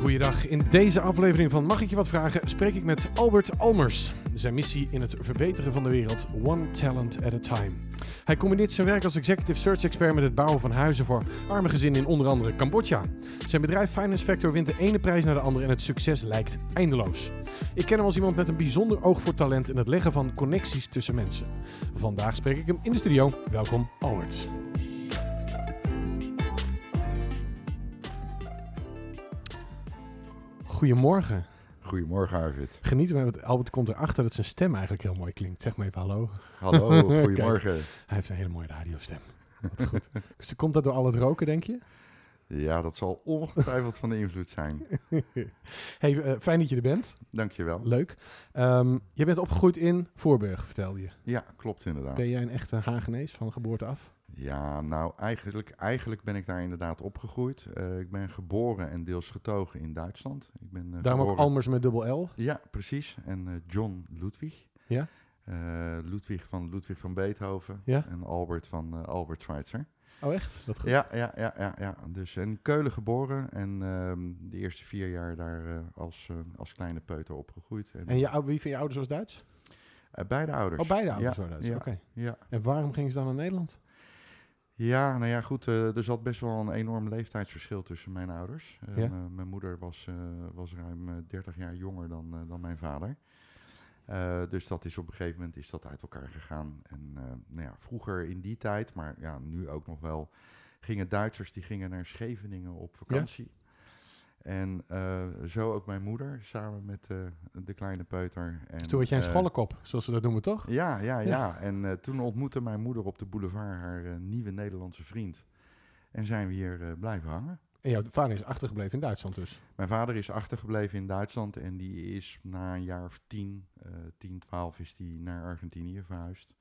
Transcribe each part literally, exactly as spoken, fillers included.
Goeiedag. In deze aflevering van Mag ik je wat vragen spreek ik met Albert Almers. Zijn missie in het verbeteren van de wereld, one talent at a time. Hij combineert zijn werk als executive search expert met het bouwen van huizen voor arme gezinnen in onder andere Cambodja. Zijn bedrijf Finance Factor wint de ene prijs naar de andere en het succes lijkt eindeloos. Ik ken hem als iemand met een bijzonder oog voor talent en het leggen van connecties tussen mensen. Vandaag spreek ik hem in de studio. Welkom Albert. Goedemorgen. Goedemorgen, Arvid. Geniet ermee, want Albert komt erachter dat zijn stem eigenlijk heel mooi klinkt. Zeg maar even hallo. Hallo, goedemorgen. Kijk, hij heeft een hele mooie radiostem. Wat goed. Dus komt dat door al het roken, denk je? Ja, dat zal ongetwijfeld van de invloed zijn. Hey, uh, fijn dat je er bent. Dankjewel. Leuk. Um, je bent opgegroeid in Voorburg, vertelde je. Ja, klopt inderdaad. Ben jij een echte Hagenees van geboorte af? Ja, nou eigenlijk, eigenlijk ben ik daar inderdaad opgegroeid. Uh, ik ben geboren en deels getogen in Duitsland. Ik ben, uh, Daarom geboren... ook Almers met dubbel L? Ja, precies. En uh, John Ludwig. Ja? Uh, Ludwig van Ludwig van Beethoven. Ja? En Albert van uh, Albert Schweitzer. Oh echt? Dat goed. Ja, ja, ja, ja, ja. Dus in Keulen geboren en um, de eerste vier jaar daar uh, als, uh, als kleine peuter opgegroeid. En, en je, wie van je ouders was Duits? Uh, beide ouders. Oh, beide ouders ja, waren Duits, ja, oké. Okay. Ja. En waarom gingen ze dan naar Nederland? Ja, nou ja, goed, uh, er zat best wel een enorm leeftijdsverschil tussen mijn ouders. Uh, ja? m- mijn moeder was, uh, was ruim uh, dertig jaar jonger dan, uh, dan mijn vader. Uh, dus dat is op een gegeven moment is dat uit elkaar gegaan. En uh, nou ja, vroeger in die tijd, maar ja, nu ook nog wel, gingen Duitsers die gingen naar Scheveningen op vakantie. Ja? En uh, zo ook mijn moeder, samen met uh, de kleine peuter. En, dus toen had jij een uh, schollenkop, zoals ze dat noemen, toch? Ja, ja, ja. ja. En uh, toen ontmoette mijn moeder op de boulevard haar uh, nieuwe Nederlandse vriend. En zijn we hier uh, blijven hangen. En jouw vader is achtergebleven in Duitsland dus? Mijn vader is achtergebleven in Duitsland en die is na een jaar of tien, uh, tien, twaalf is die naar Argentinië verhuisd.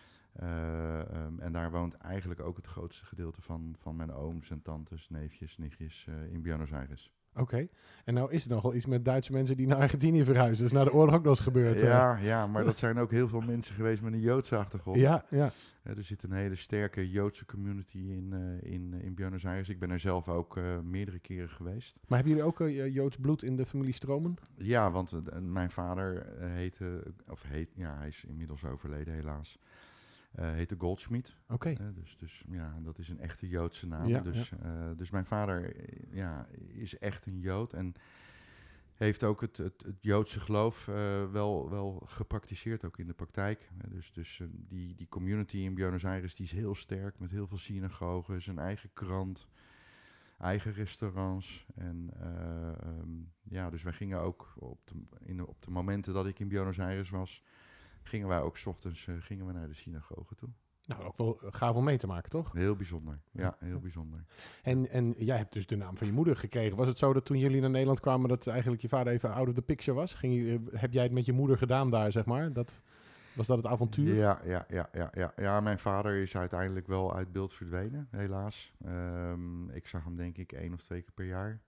Uh, um, en daar woont eigenlijk ook het grootste gedeelte van, van mijn ooms en tantes, neefjes, nichtjes uh, in Buenos Aires. Oké. Okay. En nou is er nogal iets met Duitse mensen die naar Argentinië verhuizen. Dat is na de oorlog ook nog eens gebeurd. Ja, uh. ja, maar dat zijn ook heel veel mensen geweest met een Joodse achtergrond. Ja, ja. Uh, er zit een hele sterke Joodse community in, uh, in, in Buenos Aires. Ik ben er zelf ook uh, meerdere keren geweest. Maar hebben jullie ook uh, Joods bloed in de familie Stromen? Ja, want uh, mijn vader uh, heette, of heet, ja, hij is inmiddels overleden helaas. Uh, heette Goldschmidt. Oké. Okay. Uh, dus, dus ja, dat is een echte Joodse naam. Ja, dus, ja. Uh, dus mijn vader ja, is echt een Jood en heeft ook het, het, het Joodse geloof uh, wel, wel gepraktiseerd, ook in de praktijk. Uh, dus dus uh, die, die community in Buenos Aires die is heel sterk, met heel veel synagogen, zijn eigen krant, eigen restaurants. En uh, um, ja, dus wij gingen ook op de, in de, op de momenten dat ik in Buenos Aires was, gingen wij ook 's ochtends uh, gingen we naar de synagoge toe. Nou, ook wel gaaf om mee te maken, toch? Heel bijzonder, ja, heel bijzonder. En, en jij hebt dus de naam van je moeder gekregen. Was het zo dat toen jullie naar Nederland kwamen, dat eigenlijk je vader even out of the picture was? Ging je, heb jij het met je moeder gedaan daar, zeg maar? Dat, was dat het avontuur? Ja, ja, ja, ja, ja, ja, mijn vader is uiteindelijk wel uit beeld verdwenen, helaas. Um, ik zag hem denk ik één of twee keer per jaar.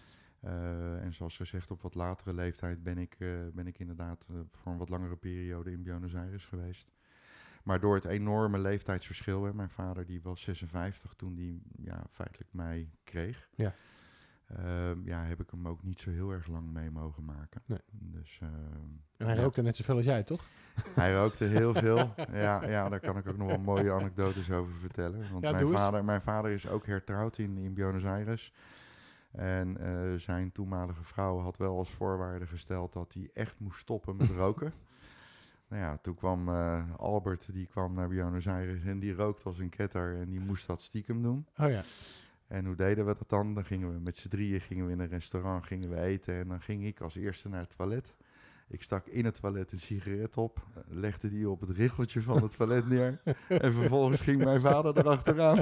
Uh, en zoals gezegd, op wat latere leeftijd ben ik, uh, ben ik inderdaad uh, voor een wat langere periode in Buenos Aires geweest. Maar door het enorme leeftijdsverschil, hè, mijn vader die was zesenvijftig toen hij ja, feitelijk mij kreeg. Ja. Uh, ja, heb ik hem ook niet zo heel erg lang mee mogen maken. Nee. Dus, uh, en hij ja. rookte net zoveel als jij, toch? Hij rookte heel veel. Ja, ja, daar kan ik ook nog wel mooie anekdotes over vertellen. Want ja, mijn, vader, mijn vader is ook hertrouwd in, in Buenos Aires. En uh, zijn toenmalige vrouw had wel als voorwaarde gesteld dat hij echt moest stoppen met roken. Nou ja, toen kwam uh, Albert, die kwam naar Buenos Aires en die rookte als een ketter en die moest dat stiekem doen. Oh ja. En hoe deden we dat dan? Dan gingen we met z'n drieën gingen we in een restaurant, gingen we eten en dan ging ik als eerste naar het toilet. Ik stak in het toilet een sigaret op, legde die op het richeltje van het toilet neer en vervolgens ging mijn vader erachteraan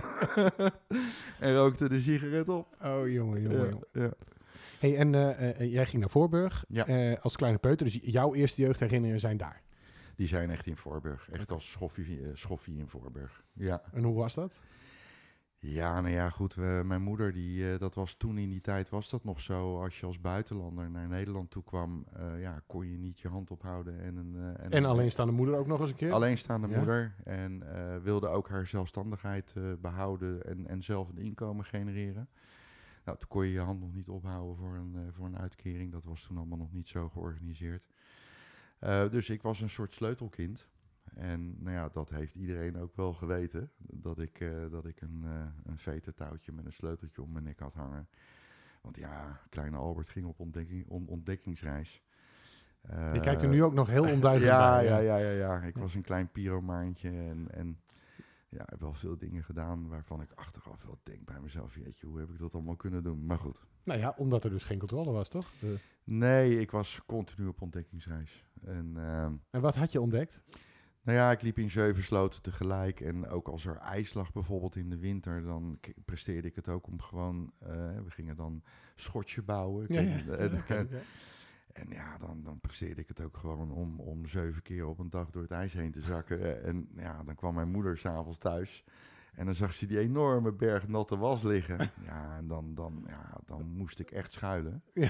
en rookte de sigaret op. Oh jongen, jongen, ja, jongen. Ja. Hey, en uh, uh, jij ging naar Voorburg ja. uh, als kleine peuter, dus jouw eerste jeugdherinneringen zijn daar? Die zijn echt in Voorburg, echt als schoffie, uh, schoffie in Voorburg, ja. En hoe was dat? Ja, nou ja, goed. Uh, mijn moeder, die, uh, dat was toen in die tijd, was dat nog zo. Als je als buitenlander naar Nederland toe kwam, uh, ja, kon je niet je hand ophouden. En, een, uh, en, en alleenstaande moeder ook nog eens een keer? Alleenstaande ja. moeder. En uh, wilde ook haar zelfstandigheid uh, behouden en, en zelf een inkomen genereren. Nou, toen kon je je hand nog niet ophouden voor een, uh, voor een uitkering. Dat was toen allemaal nog niet zo georganiseerd. Uh, dus ik was een soort sleutelkind. En nou ja, dat heeft iedereen ook wel geweten. Dat ik, uh, dat ik een, uh, een vetertouwtje met een sleuteltje om mijn nek had hangen. Want ja, kleine Albert ging op ontdekking, on, ontdekkingsreis. Uh, je kijkt er nu ook nog heel onduidelijk ja, bij. Ja, ja, ja, ja. Ik ja. was een klein pyromaantje en, en ja, ik heb wel veel dingen gedaan waarvan ik achteraf wel denk bij mezelf, jeetje, hoe heb ik dat allemaal kunnen doen? Maar goed. Nou ja, omdat er dus geen controle was, toch? De... Nee, ik was continu op ontdekkingsreis. En, uh, en wat had je ontdekt? Nou ja, ik liep in zeven sloten tegelijk. En ook als er ijs lag bijvoorbeeld in de winter, dan k- presteerde ik het ook om gewoon... Uh, we gingen dan schotje bouwen. Ja, ja. En, Ja, okay, ja. en ja, dan, dan presteerde ik het ook gewoon om, om zeven keer op een dag door het ijs heen te zakken. En ja, dan kwam mijn moeder 's avonds thuis. En dan zag ze die enorme berg natte was liggen. Ja, en dan, dan, ja, dan moest ik echt schuilen. Ja.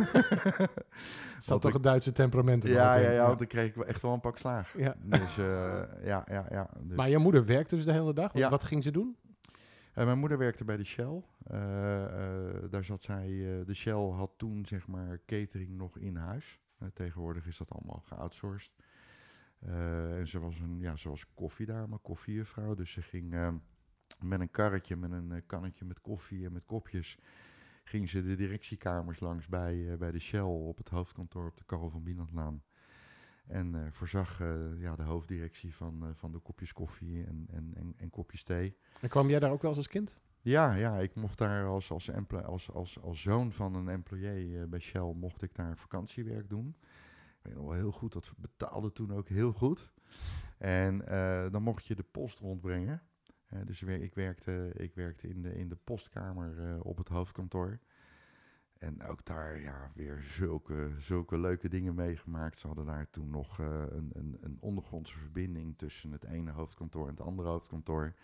Zat toch het Duitse temperament? Ja, ja, ja, want dan kreeg ik wel echt wel een pak slaag. Ja. Dus, uh, ja, ja, ja. Dus. Maar je moeder werkte dus de hele dag? Ja. Wat ging ze doen? Uh, mijn moeder werkte bij de Shell. Uh, uh, daar zat zij, uh, de Shell had toen zeg maar catering nog in huis. Uh, tegenwoordig is dat allemaal geoutsourced. Uh, en ze was een, ja, ze was koffiedame, koffiejuffrouw. Dus ze ging uh, met een karretje, met een uh, kannetje met koffie en met kopjes, ging ze de directiekamers langs bij, uh, bij de Shell op het hoofdkantoor op de Karel van Bienlandlaan. En uh, voorzag uh, ja, de hoofddirectie van, uh, van de kopjes koffie en, en, en, en kopjes thee. En kwam jij daar ook wel eens als kind? Ja, ja, ik mocht daar als, als, empl- als, als, als zoon van een employé uh, bij Shell, mocht ik daar vakantiewerk doen. Ik weet nog wel heel goed, dat betaalde toen ook heel goed. En uh, dan mocht je de post rondbrengen. Uh, dus ik werkte, ik werkte in, de, in de postkamer uh, op het hoofdkantoor. En ook daar ja, weer zulke, zulke leuke dingen meegemaakt. Ze hadden daar toen nog uh, een, een, een ondergrondse verbinding tussen het ene hoofdkantoor en het andere hoofdkantoor.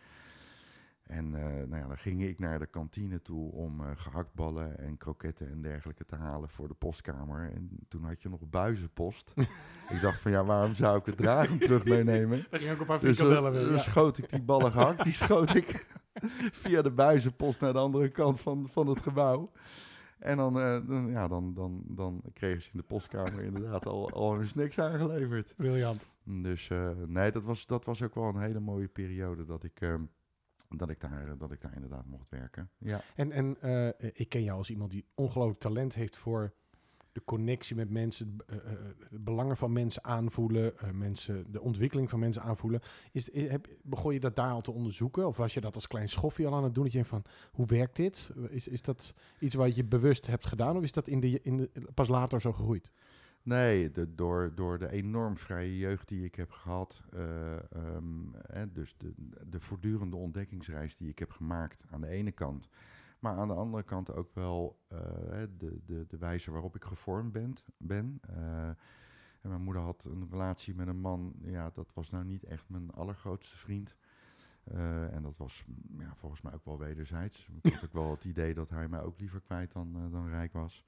En uh, nou ja, dan ging ik naar de kantine toe om uh, gehaktballen en kroketten en dergelijke te halen voor de postkamer. En toen had je nog buizenpost. Ik dacht van ja, waarom zou ik het dragen terug meenemen? Dan ging ook een paar dus frikandellen uh, weer. Dan Ja. schoot ik die ballen gehakt, die schoot ik via de buizenpost naar de andere kant van, van het gebouw. En dan, uh, dan, ja, dan, dan, dan kregen ze in de postkamer inderdaad al, al hun snacks aangeleverd. Briljant. Dus uh, nee, dat was, dat was ook wel een hele mooie periode dat ik, uh, dat ik, daar, dat ik daar inderdaad mocht werken. Ja. En, en uh, ik ken jou als iemand die ongelooflijk talent heeft voor de connectie met mensen, uh, uh, de belangen van mensen aanvoelen, uh, mensen, de ontwikkeling van mensen aanvoelen. Is, heb, begon je dat daar al te onderzoeken? Of was je dat als klein schoffie al aan het doen? Dat je denkt van, hoe werkt dit? Is, is dat iets wat je bewust hebt gedaan? Of is dat in de, in de, pas later zo gegroeid? Nee, de, door, door de enorm vrije jeugd die ik heb gehad, uh, um, eh, dus de, de voortdurende ontdekkingsreis die ik heb gemaakt aan de ene kant, maar aan de andere kant ook wel uh, de, de, de wijze waarop ik gevormd ben. ben. Uh, en mijn moeder had een relatie met een man, ja, dat was nou niet echt mijn allergrootste vriend. Uh, en dat was ja, volgens mij ook wel wederzijds. Ik had ook wel het idee dat hij mij ook liever kwijt dan, uh, dan rijk was.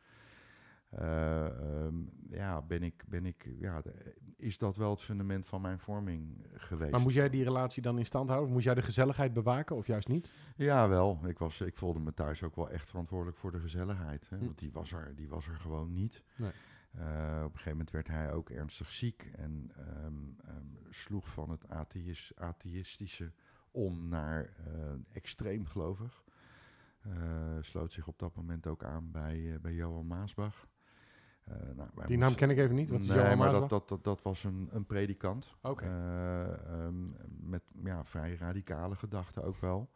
Uh, um, ja, ben ik, ben ik, ja, de, is dat wel het fundament van mijn vorming geweest. Maar moest jij die relatie dan in stand houden? Moest jij de gezelligheid bewaken of juist niet? Ja, wel. Ik, was, ik voelde me thuis ook wel echt verantwoordelijk voor de gezelligheid. Hè, hm. Want die was er, die was er gewoon niet. Nee. Uh, op een gegeven moment werd hij ook ernstig ziek en um, um, sloeg van het atheïs, atheïstische om naar uh, extreem gelovig. Uh, sloot zich op dat moment ook aan bij, uh, bij Johan Maasbach. Uh, nou, wij Die naam moesten, ken ik even niet. Wat is nee, Johan maar Maasbach? dat, dat, dat, dat was een, een predikant. Okay. Uh, um, met ja, vrij radicale gedachten ook wel.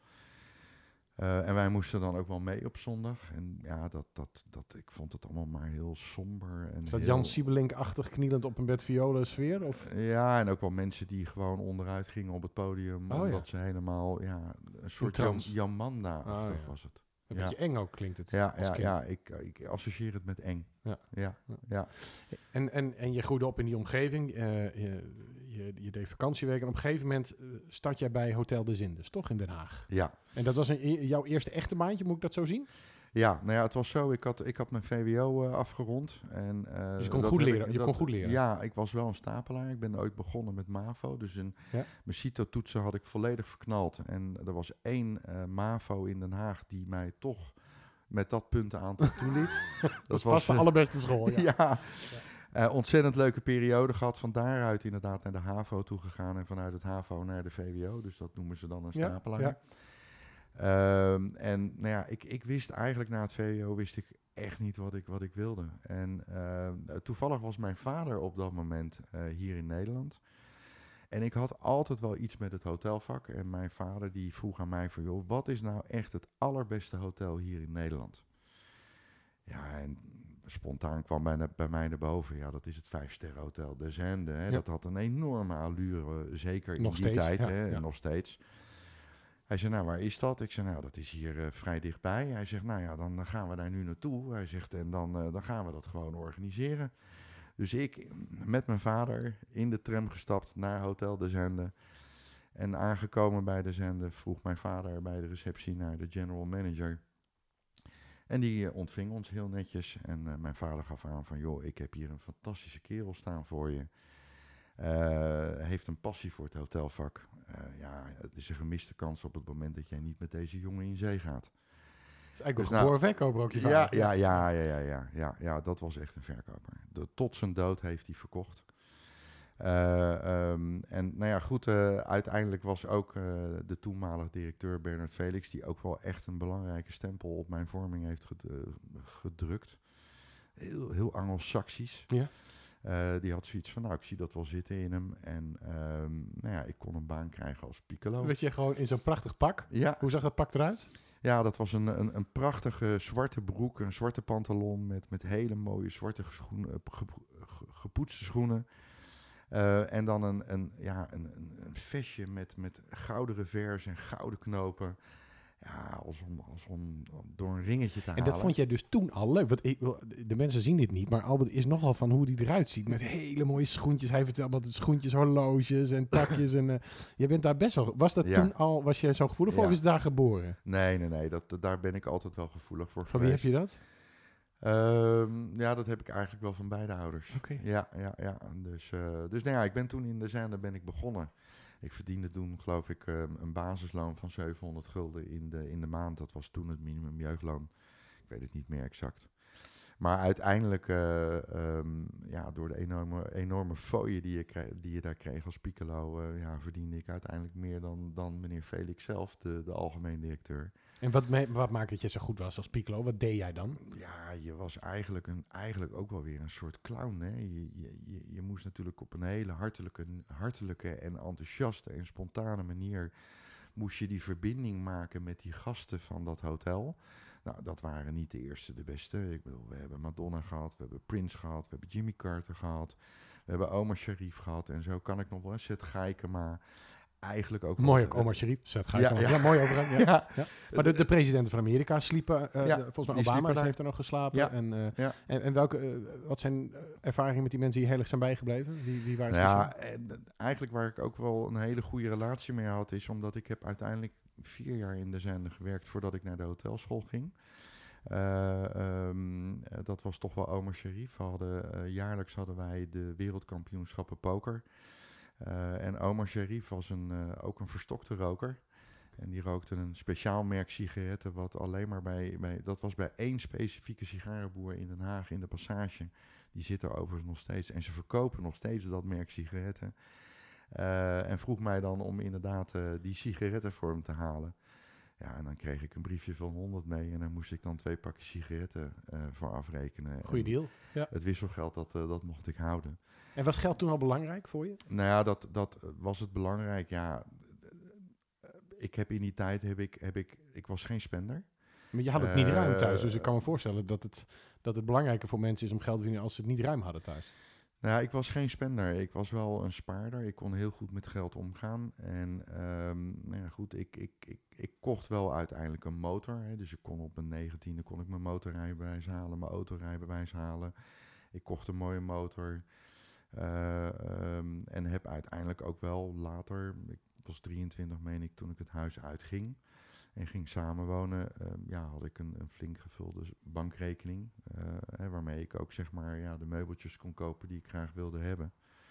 Uh, en wij moesten dan ook wel mee op zondag. En ja, dat, dat, dat, ik vond het allemaal maar heel somber. En is dat heel... Jan Siebelink-achtig knielend op een bed violen sfeer? Of? Ja, en ook wel mensen die gewoon onderuit gingen op het podium. Oh, omdat ja. ze helemaal, ja, een soort Jan, Jamanda-achtig oh, ja. was het. Een ja. beetje eng ook klinkt het. Ja, als ja, kind. ja ik, ik associeer het met eng. Ja. Ja, ja. ja. En, en, en je groeide op in die omgeving. Uh, je, je, je deed vakantieweek. En op een gegeven moment uh, start jij bij Hotel de Zindes, toch? In Den Haag. Ja. En dat was een, jouw eerste echte baantje, moet ik dat zo zien? Ja, nou ja, het was zo. Ik had, ik had mijn V W O uh, afgerond. En, uh, dus je kon, goed leren, ik, je dat, kon goed leren? Ja, ik was wel een stapelaar. Ik ben ooit begonnen met MAVO. Dus een, ja? mijn CITO-toetsen had ik volledig verknald. En er was één uh, MAVO in Den Haag die mij toch met dat puntenaantal toeliet. Dat was vast de allerbeste school, ja. ja. ja. Uh, ontzettend leuke periode gehad. Van daaruit inderdaad naar de HAVO toegegaan en vanuit het HAVO naar de V W O. Dus dat noemen ze dan een stapelaar. Ja, ja. Um, en nou ja, ik, ik wist eigenlijk na het V W O wist ik echt niet wat ik, wat ik wilde. En uh, toevallig was mijn vader op dat moment uh, hier in Nederland. En ik had altijd wel iets met het hotelvak. En mijn vader die vroeg aan mij van, joh, wat is nou echt het allerbeste hotel hier in Nederland? Ja, en spontaan kwam bij, bij mij naar boven. Ja, dat is het Vijfsterren Hotel De Zende. Hè. Ja. Dat had een enorme allure, zeker nog in die steeds, tijd. Ja, hè, ja. Nog steeds. Hij zei, nou, waar is dat? Ik zei, nou, dat is hier uh, vrij dichtbij. Hij zegt, nou ja, dan gaan we daar nu naartoe. Hij zegt, en dan, uh, dan gaan we dat gewoon organiseren. Dus ik met mijn vader in de tram gestapt naar Hotel De Zende. En aangekomen bij De Zende vroeg mijn vader bij de receptie naar de general manager. En die uh, ontving ons heel netjes. En uh, mijn vader gaf aan van, joh, ik heb hier een fantastische kerel staan voor je. Uh, heeft een passie voor het hotelvak. Uh, ja, het is een gemiste kans op het moment dat jij niet met deze jongen in zee gaat. Het is eigenlijk dus een geboren nou, verkoper ook je vader. Ja, ja, ja, ja, ja, ja, ja, dat was echt een verkoper. De, tot zijn dood heeft hij verkocht. Uh, um, en nou ja, goed, uh, uiteindelijk was ook uh, de toenmalige directeur Bernard Felix, die ook wel echt een belangrijke stempel op mijn vorming heeft ged- uh, gedrukt. Heel, heel Anglo-Saxisch. Ja. Uh, die had zoiets van, nou, ik zie dat wel zitten in hem. En um, nou ja, ik kon een baan krijgen als piccolo. Was je gewoon in zo'n prachtig pak? Ja. Hoe zag dat pak eruit? Ja, dat was een, een, een prachtige zwarte broek, een zwarte pantalon met, met hele mooie zwarte schoenen, ge, ge, gepoetste schoenen. Uh, en dan een, een, ja, een, een, een vestje met, met gouden revers en gouden knopen. Ja, als om, als om door een ringetje te halen. En dat vond jij dus toen al leuk? Want ik, de mensen zien dit niet, maar Albert is nogal van hoe hij eruit ziet. Met hele mooie schoentjes. Hij vertelt allemaal schoentjes, horloges en takjes. en uh, je bent daar best wel... Was dat ja. toen al, was je zo gevoelig voor ja. of is het daar geboren? Nee, nee, nee. Dat, daar ben ik altijd wel gevoelig voor Van geweest. wie heb je dat? Um, ja, dat heb ik eigenlijk wel van beide ouders. Okay. Ja, ja, ja. Dus, uh, dus nou ja, ik ben toen in de Zende ben ik begonnen. Ik verdiende toen, geloof ik, um, een basisloon van zevenhonderd gulden in de, in de maand. Dat was toen het minimum jeugdloon. Ik weet het niet meer exact. Maar uiteindelijk, uh, um, ja, door de enorme, enorme fooien die je, kreeg, die je daar kreeg als piccolo, uh, ja, verdiende ik uiteindelijk meer dan, dan meneer Felix zelf, de, de algemeen directeur. En wat, me, wat maakt dat je zo goed was als piccolo? Wat deed jij dan? Ja, je was eigenlijk, een, eigenlijk ook wel weer een soort clown. Hè? Je, je, je, je moest natuurlijk op een hele hartelijke, hartelijke en enthousiaste en spontane manier moest je die verbinding maken met die gasten van dat hotel. Nou, dat waren niet de eerste, de beste. Ik bedoel, we hebben Madonna gehad, we hebben Prince gehad, we hebben Jimmy Carter gehad, we hebben Omar Sharif gehad en zo kan ik nog wel eens Seth Gijkema. Eigenlijk ook... Mooi ook, Omar Sharif. Seth Gijkema. Ja, ja. ja, mooi overal. Ja. Ja. Ja. Maar de, de presidenten van Amerika sliepen, uh, ja, de, volgens mij Obama heeft er nog geslapen. Ja. En, uh, ja. en, en welke, uh, wat zijn ervaringen met die mensen die heel erg zijn bijgebleven? Wie, wie waren nou ja, en, eigenlijk waar ik ook wel een hele goede relatie mee had, is omdat ik heb uiteindelijk vier jaar in de Zende gewerkt voordat ik naar de hotelschool ging. Uh, um, dat was toch wel Omar Sharif. We hadden, uh, jaarlijks hadden wij de wereldkampioenschappen poker. Uh, en Omar Sharif was een, uh, ook een verstokte roker. En die rookte een speciaal merk sigaretten, wat alleen maar bij, bij... Dat was bij één specifieke sigarenboer in Den Haag in de Passage. Die zit er overigens nog steeds. En ze verkopen nog steeds dat merk sigaretten. Uh, en vroeg mij dan om inderdaad uh, die sigaretten voor hem te halen. Ja, en dan kreeg ik een briefje van honderd mee. En daar moest ik dan twee pakjes sigaretten uh, voor afrekenen. Goeie deal. Ja. Het wisselgeld, dat, uh, dat mocht ik houden. En was geld toen al belangrijk voor je? Nou ja, dat, dat was het belangrijk. Ja, ik heb in die tijd, heb ik, heb ik, ik was geen spender. Maar je had het niet uh, ruim thuis, dus ik kan me voorstellen dat het, dat het belangrijker voor mensen is om geld te verdienen als ze het niet ruim hadden thuis. Nou ja, ik was geen spender. Ik was wel een spaarder. Ik kon heel goed met geld omgaan. En um, nou ja, goed, ik, ik, ik, ik kocht wel uiteindelijk een motor. Hè. Dus ik kon op mijn negentiende kon ik mijn motorrijbewijs halen, mijn autorijbewijs halen. Ik kocht een mooie motor. Uh, um, en heb uiteindelijk ook wel later, ik was drieëntwintig meen ik toen ik het huis uitging en ging samenwonen, uh, ja, had ik een, een flink gevulde bankrekening, uh, hè, waarmee ik ook zeg maar ja, de meubeltjes kon kopen die ik graag wilde hebben.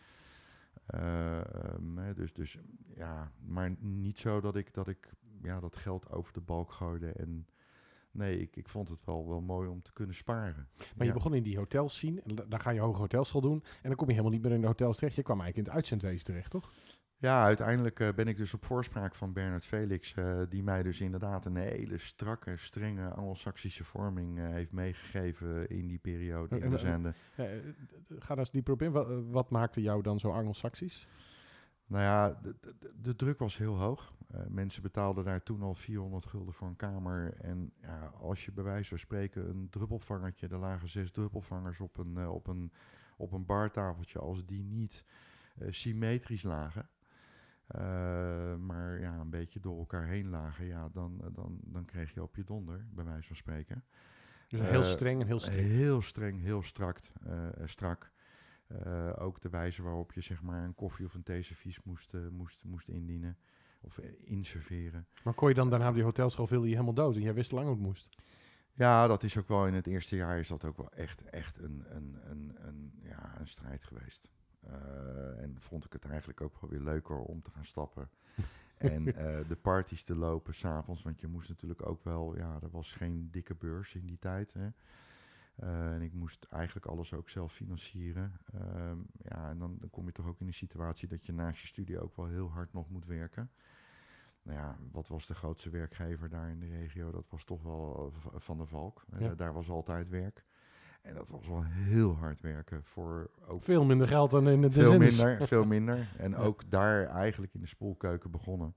Uh, um, hè, dus, dus ja, maar niet zo dat ik, dat ik ja, dat geld over de balk gooide en nee, ik, ik vond het wel, wel mooi om te kunnen sparen. Maar ja. je begon in die hotels zien. En da- dan ga je hoge hotelschool doen. En dan kom je helemaal niet meer in de hotels terecht. Je kwam eigenlijk in het uitzendwezen terecht, toch? Ja, uiteindelijk uh, ben ik dus op voorspraak van Bernard Felix, uh, die mij dus inderdaad een hele strakke, strenge Anglo-Saxische vorming uh, heeft meegegeven in die periode in de zender. Uh, uh, ga daar eens dieper op in. Wat, uh, wat maakte jou dan zo Anglo-Saxisch? Nou ja, de, de, de druk was heel hoog. Uh, mensen betaalden daar toen al vierhonderd gulden voor een kamer. En ja, als je bij wijze van spreken een druppelvangertje, er lagen zes druppelvangers op een, uh, op een, op een bartafeltje, als die niet uh, symmetrisch lagen, Uh, maar ja, een beetje door elkaar heen lagen, ja, dan, dan, dan kreeg je op je donder, bij wijze van spreken. Dus heel uh, streng en heel strikt. Heel streng, heel strakt, uh, strak. Uh, ook de wijze waarop je zeg maar een koffie of een theeservies moest, uh, moest, moest indienen of uh, inserveren. Maar kon je dan daarna op die hotelschool, viel je helemaal dood en jij wist lang hoe het moest? Ja, dat is ook wel in het eerste jaar is dat ook wel echt, echt een, een, een, een, ja, een strijd geweest. Uh, en vond ik het eigenlijk ook wel weer leuker om te gaan stappen. en uh, de parties te lopen s'avonds. Want je moest natuurlijk ook wel... Ja, er was geen dikke beurs in die tijd. Hè. Uh, en ik moest eigenlijk alles ook zelf financieren. Uh, ja, en dan, dan kom je toch ook in een situatie dat je naast je studie ook wel heel hard nog moet werken. Nou ja, wat was de grootste werkgever daar in de regio? Dat was toch wel uh, Van der Valk. Ja. Uh, daar was altijd werk. En dat was wel heel hard werken voor ook... Veel minder geld dan in de Veel minder, veel minder. En ja. Ook daar eigenlijk in de spoelkeuken begonnen.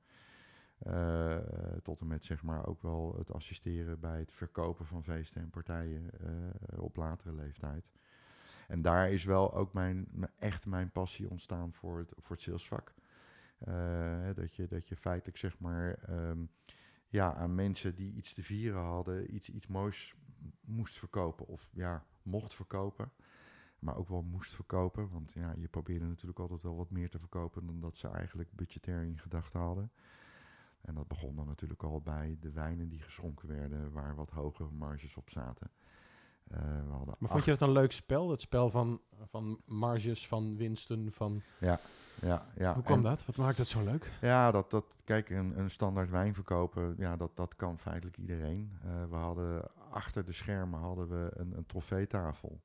Uh, tot en met zeg maar ook wel het assisteren bij het verkopen van feesten en partijen uh, op latere leeftijd. En daar is wel ook mijn, mijn, echt mijn passie ontstaan voor het, voor het salesvak. Uh, dat, je, dat je feitelijk zeg maar um, ja, aan mensen die iets te vieren hadden, iets, iets moois moest verkopen. Of ja, mocht verkopen. Maar ook wel moest verkopen. Want ja, je probeerde natuurlijk altijd wel wat meer te verkopen dan dat ze eigenlijk budgetair in gedachten hadden. En dat begon dan natuurlijk al bij de wijnen die geschonken werden, waar wat hogere marges op zaten. Uh, we hadden maar vond je dat een leuk spel? Het spel van, van marges, van winsten, van... Ja, ja, ja. Hoe kwam en, dat? Wat maakt dat zo leuk? Ja, dat, dat, kijk, een, een standaard wijn verkopen, ja, dat, dat kan feitelijk iedereen. Uh, we hadden achter de schermen hadden we een, een trofeetafel.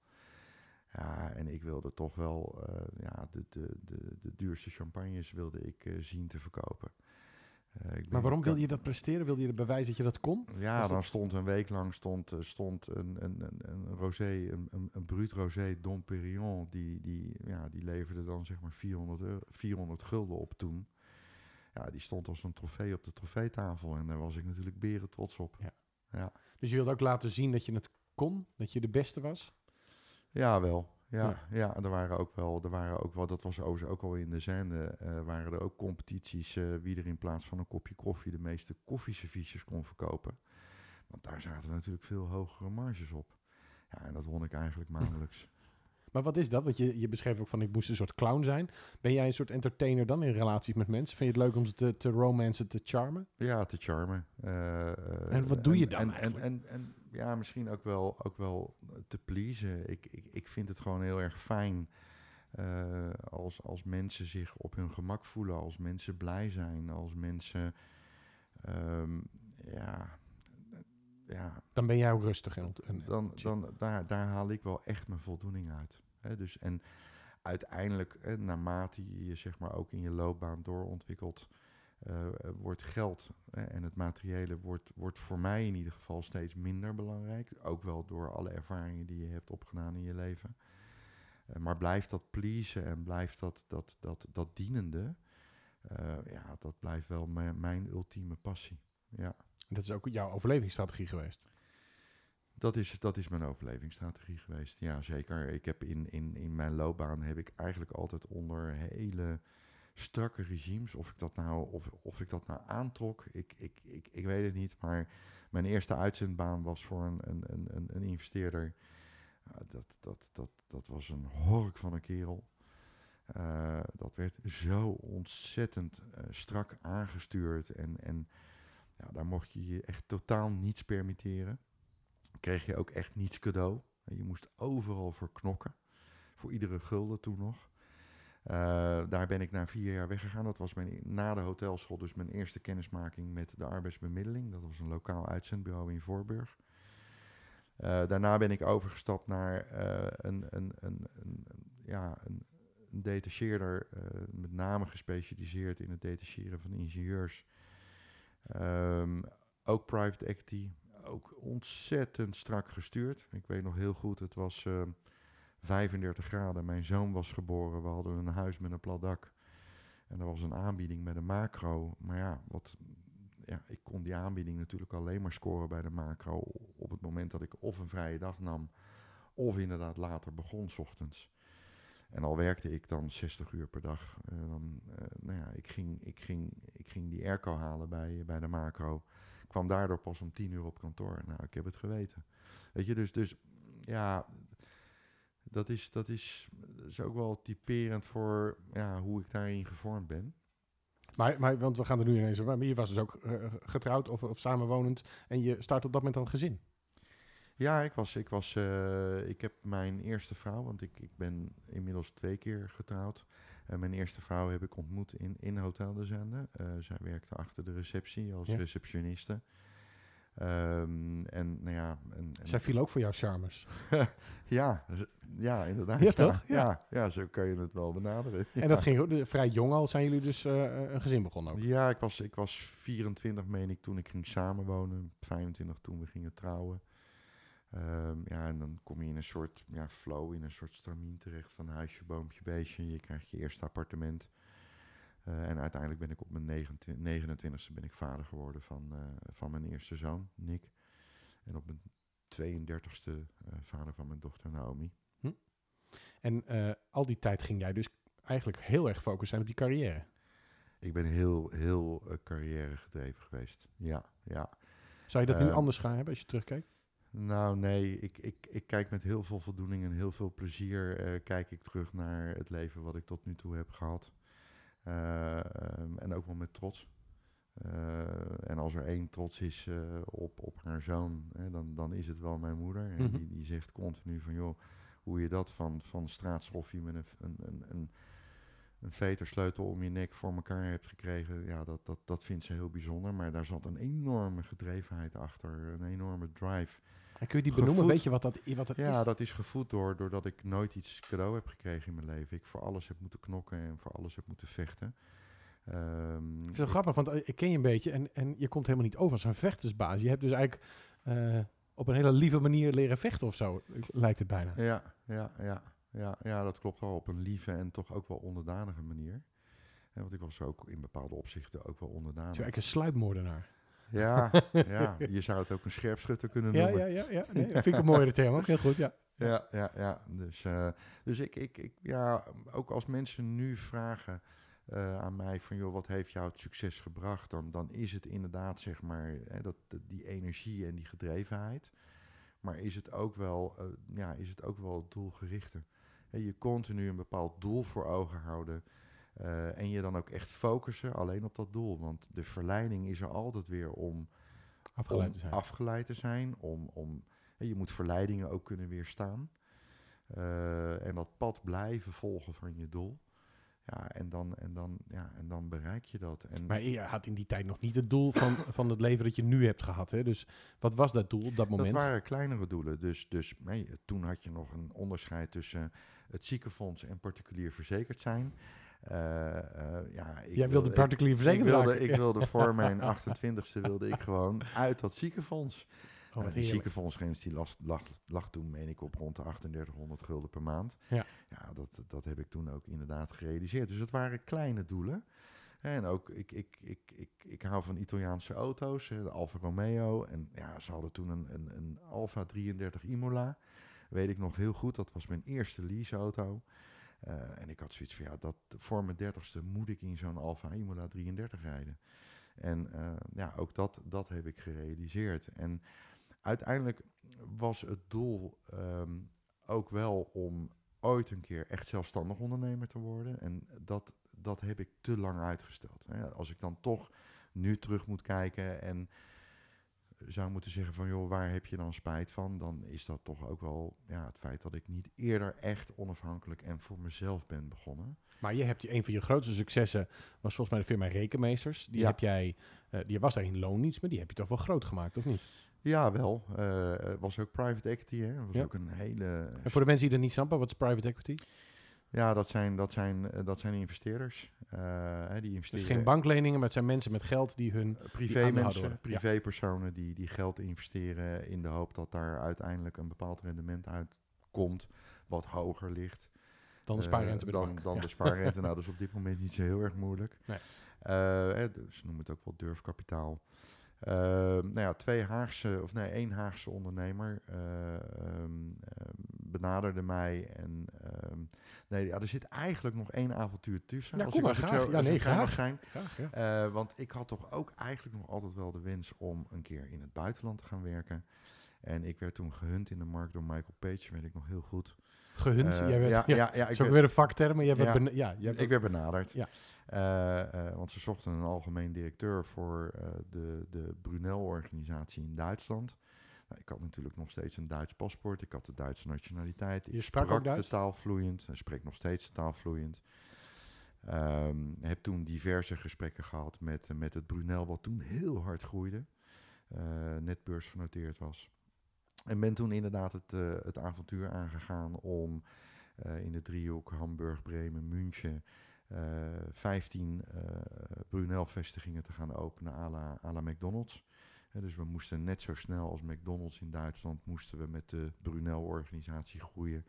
Ja, en ik wilde toch wel uh, ja, de, de, de, de duurste champagnes wilde ik uh, zien te verkopen. Uh, ik maar waarom wilde je dat presteren? Wilde je het bewijs dat je dat kon? Ja, dat... dan stond een week lang stond, stond een, een, een, een rosé, een, een, een bruut rosé Dom Pérignon, die, die, ja, die leverde dan zeg maar vierhonderd, euro, vierhonderd gulden op toen. Ja, die stond als een trofee op de trofeetafel en daar was ik natuurlijk beren trots op. Ja. Ja. Dus je wilde ook laten zien dat je het kon, dat je de beste was? Ja, wel. Ja, ja. ja, er waren ook wel, er waren ook wel, dat was overigens ook al in de zende, uh, waren er ook competities uh, wie er in plaats van een kopje koffie de meeste koffieserviesjes kon verkopen. Want daar zaten natuurlijk veel hogere marges op. Ja, en dat won ik eigenlijk maandelijks. Maar wat is dat? Want je, je beschreef ook van ik moest een soort clown zijn. Ben jij een soort entertainer dan in relaties met mensen? Vind je het leuk om ze te, te romancen, te charmen? Ja, te charmen. Uh, en wat doe en, je dan en, eigenlijk? En, en, en ja, misschien ook wel, ook wel te pleasen. Ik, ik, ik vind het gewoon heel erg fijn uh, als, als mensen zich op hun gemak voelen. Als mensen blij zijn. Als mensen... Um, ja... Ja, dan ben jij ook rustig. En, en dan, dan, daar, daar haal ik wel echt mijn voldoening uit. Hè, dus, en uiteindelijk, hè, naarmate je je zeg maar ook in je loopbaan doorontwikkelt, uh, wordt geld hè, en het materiële wordt, wordt voor mij in ieder geval steeds minder belangrijk. Ook wel door alle ervaringen die je hebt opgedaan in je leven. Uh, maar blijft dat pleasen en blijft dat, dat, dat, dat dienende, uh, ja, dat blijft wel mijn, mijn ultieme passie. Ja. Dat is ook jouw overlevingsstrategie geweest? Dat is, dat is mijn overlevingsstrategie geweest, ja zeker. Ik heb in, in, in mijn loopbaan heb ik eigenlijk altijd onder hele strakke regimes, of ik dat nou, of, of ik dat nou aantrok, ik, ik, ik, ik weet het niet. Maar mijn eerste uitzendbaan was voor een, een, een, een investeerder. Uh, dat, dat, dat, dat was een hork van een kerel. Uh, dat werd zo ontzettend uh, strak aangestuurd en... en ja, daar mocht je je echt totaal niets permitteren. Kreeg je ook echt niets cadeau. Je moest overal voor knokken. Voor iedere gulden toen nog. Uh, daar ben ik na vier jaar weggegaan. Dat was mijn, na de hotelschool dus mijn eerste kennismaking met de arbeidsbemiddeling. Dat was een lokaal uitzendbureau in Voorburg. Uh, daarna ben ik overgestapt naar uh, een, een, een, een, ja, een, een detacheerder, uh, met name gespecialiseerd in het detacheren van ingenieurs. Um, ook private equity, ook ontzettend strak gestuurd. Ik weet nog heel goed, het was uh, vijfendertig graden. Mijn zoon was geboren, we hadden een huis met een plat dak. En er was een aanbieding met een macro. Maar ja, wat... Ja, ik kon die aanbieding natuurlijk alleen maar scoren bij de macro op het moment dat ik of een vrije dag nam of inderdaad later begon 's ochtends. En al werkte ik dan zestig uur per dag. Uh, dan, uh, nou ja, ik ging, ik ging, ik ging die airco halen bij, bij de macro. Ik kwam daardoor pas om tien uur op kantoor. Nou, ik heb het geweten. Weet je, dus, dus ja, dat is, dat, is, dat is ook wel typerend voor ja, hoe ik daarin gevormd ben. Maar, maar, want we gaan er nu ineens over. Maar je was dus ook uh, getrouwd of, of samenwonend en je start op dat moment een gezin. Ja, ik was, ik was, uh, ik heb mijn eerste vrouw, want ik, ik ben inmiddels twee keer getrouwd. Uh, mijn eerste vrouw heb ik ontmoet in, in Hotel de Zende. Uh, zij werkte achter de receptie als ja. receptioniste. Um, en nou ja... En, en zij viel ook voor jouw charmes. ja, ja, inderdaad. Ja, ja, toch? Ja. Ja, ja, zo kan je het wel benaderen. En ja. dat ging uh, vrij jong al, zijn jullie dus uh, een gezin begonnen ook? Ja, ik was, ik was vierentwintig, meen ik, toen ik ging samenwonen. vijfentwintig toen we gingen trouwen. Um, ja, en dan kom je in een soort ja, flow, in een soort stramien terecht van huisje, boompje, beestje. Je krijgt je eerste appartement. Uh, en uiteindelijk ben ik op mijn negenentwintigste ben ik vader geworden van, uh, van mijn eerste zoon, Nick. En op mijn tweeëndertigste uh, vader van mijn dochter Naomi. Hm. En uh, al die tijd ging jij dus eigenlijk heel erg gefocust zijn op die carrière. Ik ben heel, heel uh, carrière gedreven geweest, ja, ja. Zou je dat uh, nu anders gaan hebben als je terugkijkt? Nou nee, ik, ik, ik kijk met heel veel voldoening en heel veel plezier uh, kijk ik terug naar het leven wat ik tot nu toe heb gehad. Uh, um, en ook wel met trots. Uh, en als er één trots is uh, op, op haar zoon, hè, dan, dan is het wel mijn moeder. Mm-hmm. En die, die zegt continu van, joh, hoe je dat van, van straatschoffie met een, een, een, een, een vetersleutel om je nek voor elkaar hebt gekregen, ja, dat, dat, dat vindt ze heel bijzonder. Maar daar zat een enorme gedrevenheid achter, een enorme drive. En kun je die benoemen? Gevoed, weet je wat dat, wat dat ja, is? Ja, dat is gevoed door, doordat ik nooit iets cadeau heb gekregen in mijn leven. Ik voor alles heb moeten knokken en voor alles heb moeten vechten. Um, ik vind het grappig, want ik ken je een beetje en, en je komt helemaal niet over als een vechtersbaas. Je hebt dus eigenlijk uh, op een hele lieve manier leren vechten of zo, lijkt het bijna. Ja, ja, ja, ja, ja, dat klopt wel. Op een lieve en toch ook wel onderdanige manier. Ja, want ik was ook in bepaalde opzichten ook wel onderdanig. Zo, eigenlijk een sluipmoordenaar. Ja, ja, je zou het ook een scherpschutter kunnen noemen. Ja, ja, ja, ja. Nee, dat vind ik een mooiere term ook, heel goed, ja. Ja, ja, ja. Dus, uh, dus ik, ik, ik, ja, ook als mensen nu vragen uh, aan mij van, joh, wat heeft jou het succes gebracht? Dan, dan is het inderdaad, zeg maar, hè, dat, die energie en die gedrevenheid. Maar is het ook wel, uh, ja, is het ook wel het doelgerichte. Hè, je continu een bepaald doel voor ogen houden. Uh, en je dan ook echt focussen alleen op dat doel. Want de verleiding is er altijd weer om afgeleid om te zijn. Afgeleid te zijn om, om, hè, je moet verleidingen ook kunnen weerstaan. Uh, en dat pad blijven volgen van je doel. Ja, en dan, en dan, ja, en dan bereik je dat. En maar je had in die tijd nog niet het doel van, van het leven dat je nu hebt gehad. Hè? Dus wat was dat doel op dat moment? Dat waren kleinere doelen. Dus, dus nee, toen had je nog een onderscheid tussen het ziekenfonds en particulier verzekerd zijn. Uh, uh, ja, ik Jij wilde particulier verzekerd ik wilde, raken. Ik wilde voor mijn achtentwintigste wilde ik gewoon uit dat ziekenfonds. Oh, uh, die ziekenfondsgrens die lag, lag, lag toen, meen ik, op rond de achtendertighonderd gulden per maand. Ja, ja dat, dat heb ik toen ook inderdaad gerealiseerd. Dus het waren kleine doelen. En ook, ik, ik, ik, ik, ik hou van Italiaanse auto's, de Alfa Romeo. En ja, ze hadden toen een, een, een Alfa drieëndertig Imola. Weet ik nog heel goed, dat was mijn eerste leaseauto. Uh, en ik had zoiets van, ja, dat, voor mijn dertigste moet ik in zo'n Alfa Imola drieëndertig rijden. En uh, ja, ook dat, dat heb ik gerealiseerd. En uiteindelijk was het doel um, ook wel om ooit een keer echt zelfstandig ondernemer te worden. En dat, dat heb ik te lang uitgesteld. Hè. Als ik dan toch nu terug moet kijken en zou moeten zeggen van, joh, waar heb je dan spijt van? Dan is dat toch ook wel ja, het feit dat ik niet eerder echt onafhankelijk en voor mezelf ben begonnen. Maar je hebt een van je grootste successen was volgens mij de firma Rekenmeesters. Die Ja. heb jij, uh, die was daar in loondienst, maar die heb je toch wel groot gemaakt, of niet? Ja, wel. Uh, het was ook private equity, hè. Het was Ja. ook een hele... En voor de mensen die dat niet snappen, wat is private equity? Ja, dat zijn, dat zijn, dat zijn investeerders. Uh, die investeren... Dus geen bankleningen, maar het zijn mensen met geld die hun... Privé mensen, privépersonen die, die geld investeren in de hoop dat daar uiteindelijk een bepaald rendement uitkomt wat hoger ligt. Dan de spaarrente bij de dan, bank. Dan ja. de spaarrente. Nou, dat is op dit moment niet zo heel erg moeilijk. Nee. Uh, dus ze noemen het ook wel durfkapitaal. Uh, nou ja, twee Haagse, of nee, één Haagse ondernemer uh, um, uh, benaderde mij en um, nee, ja, er zit eigenlijk nog één avontuur tussen. Ja, als kom ik, maar, als graag. Zo, ja, nee, graag. Zijn. graag ja. Uh, want ik had toch ook eigenlijk nog altijd wel de wens om een keer in het buitenland te gaan werken. En ik werd toen gehunt in de markt door Michael Page, weet ik nog heel goed. Gehunt? Uh, jij werd, ja, ja, ja, ja, ik ook weer een vakterm, maar jij ja, werd, ben, ja, jij ik werd benaderd. Ja. Uh, uh, want ze zochten een algemeen directeur voor uh, de, de Brunel-organisatie in Duitsland. Nou, ik had natuurlijk nog steeds een Duits paspoort. Ik had de Duitse nationaliteit. Ik Je sprak ook Duits? de taal vloeiend. Ik spreek nog steeds de taal vloeiend. Um, heb toen diverse gesprekken gehad met, uh, met het Brunel, wat toen heel hard groeide. Uh, net beursgenoteerd was. En ben toen inderdaad het, uh, het avontuur aangegaan om uh, in de driehoek Hamburg, Bremen, München... Uh, vijftien uh, Brunel-vestigingen te gaan openen à la, à la McDonald's. Uh, dus we moesten net zo snel als McDonald's in Duitsland... moesten we met de Brunel-organisatie groeien.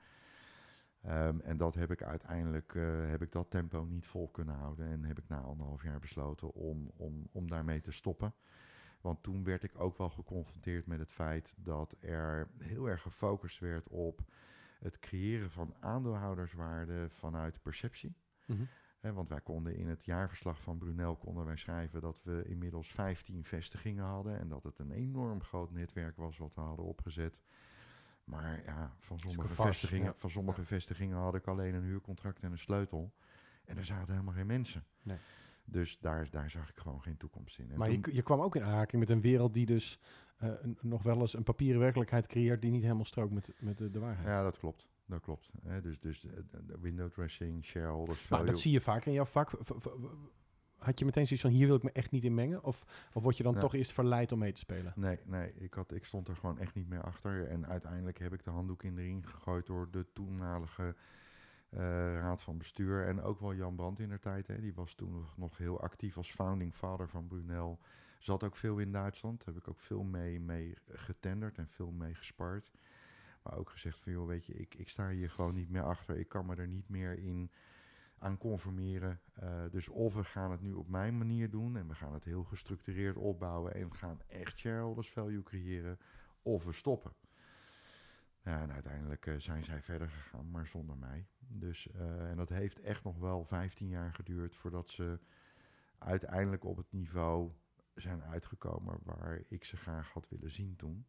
Um, en dat heb ik uiteindelijk uh, heb ik dat tempo niet vol kunnen houden. En heb ik na anderhalf jaar besloten om, om, om daarmee te stoppen. Want toen werd ik ook wel geconfronteerd met het feit... dat er heel erg gefocust werd op het creëren van aandeelhouderswaarde vanuit perceptie. Mm-hmm. He, want wij konden in het jaarverslag van Brunel konden wij schrijven dat we inmiddels vijftien vestigingen hadden. En dat het een enorm groot netwerk was wat we hadden opgezet. Maar ja, van sommige, vast, vestigingen, ja. van sommige ja. vestigingen had ik alleen een huurcontract en een sleutel. En er zaten helemaal geen mensen. Nee. Dus daar, daar zag ik gewoon geen toekomst in. En maar toen, je, je kwam ook in aanraking met een wereld die dus uh, een, nog wel eens een papieren werkelijkheid creëert die niet helemaal strookt met, met de, de waarheid. Ja, dat klopt. Dat klopt. Hè? Dus, dus uh, window dressing, shareholders value. Maar dat zie je vaak in jouw vak. V- v- had je meteen zoiets van, hier wil ik me echt niet in mengen? Of, of word je dan ja. toch eerst verleid om mee te spelen? Nee, nee ik, had, ik stond er gewoon echt niet meer achter. En uiteindelijk heb ik de handdoek in de ring gegooid door de toenmalige uh, raad van bestuur. En ook wel Jan Brandt in der tijd. Hè. Die was toen nog heel actief als founding father van Brunel. Zat ook veel in Duitsland. Daar heb ik ook veel mee, mee getenderd en veel mee gespart. Maar ook gezegd van, joh, weet je, ik, ik sta hier gewoon niet meer achter. Ik kan me er niet meer in aan conformeren. Uh, dus of we gaan het nu op mijn manier doen en we gaan het heel gestructureerd opbouwen en gaan echt shareholders value creëren, of we stoppen. Ja, en uiteindelijk uh, zijn zij verder gegaan, maar zonder mij. Dus, uh, en dat heeft echt nog wel vijftien jaar geduurd voordat ze uiteindelijk op het niveau zijn uitgekomen waar ik ze graag had willen zien toen.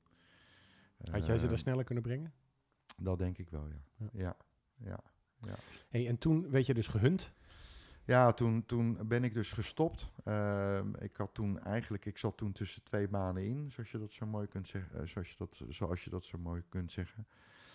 Had jij ze daar sneller kunnen brengen? Dat denk ik wel, ja. Ja, ja, ja. ja. Hey, en toen werd je dus gehunt? Ja, toen, toen ben ik dus gestopt. Uh, ik had toen eigenlijk, ik zat toen tussen twee banen in, zoals je dat zo mooi kunt zeggen. Uh, zoals je dat, zoals je dat zo mooi kunt zeggen.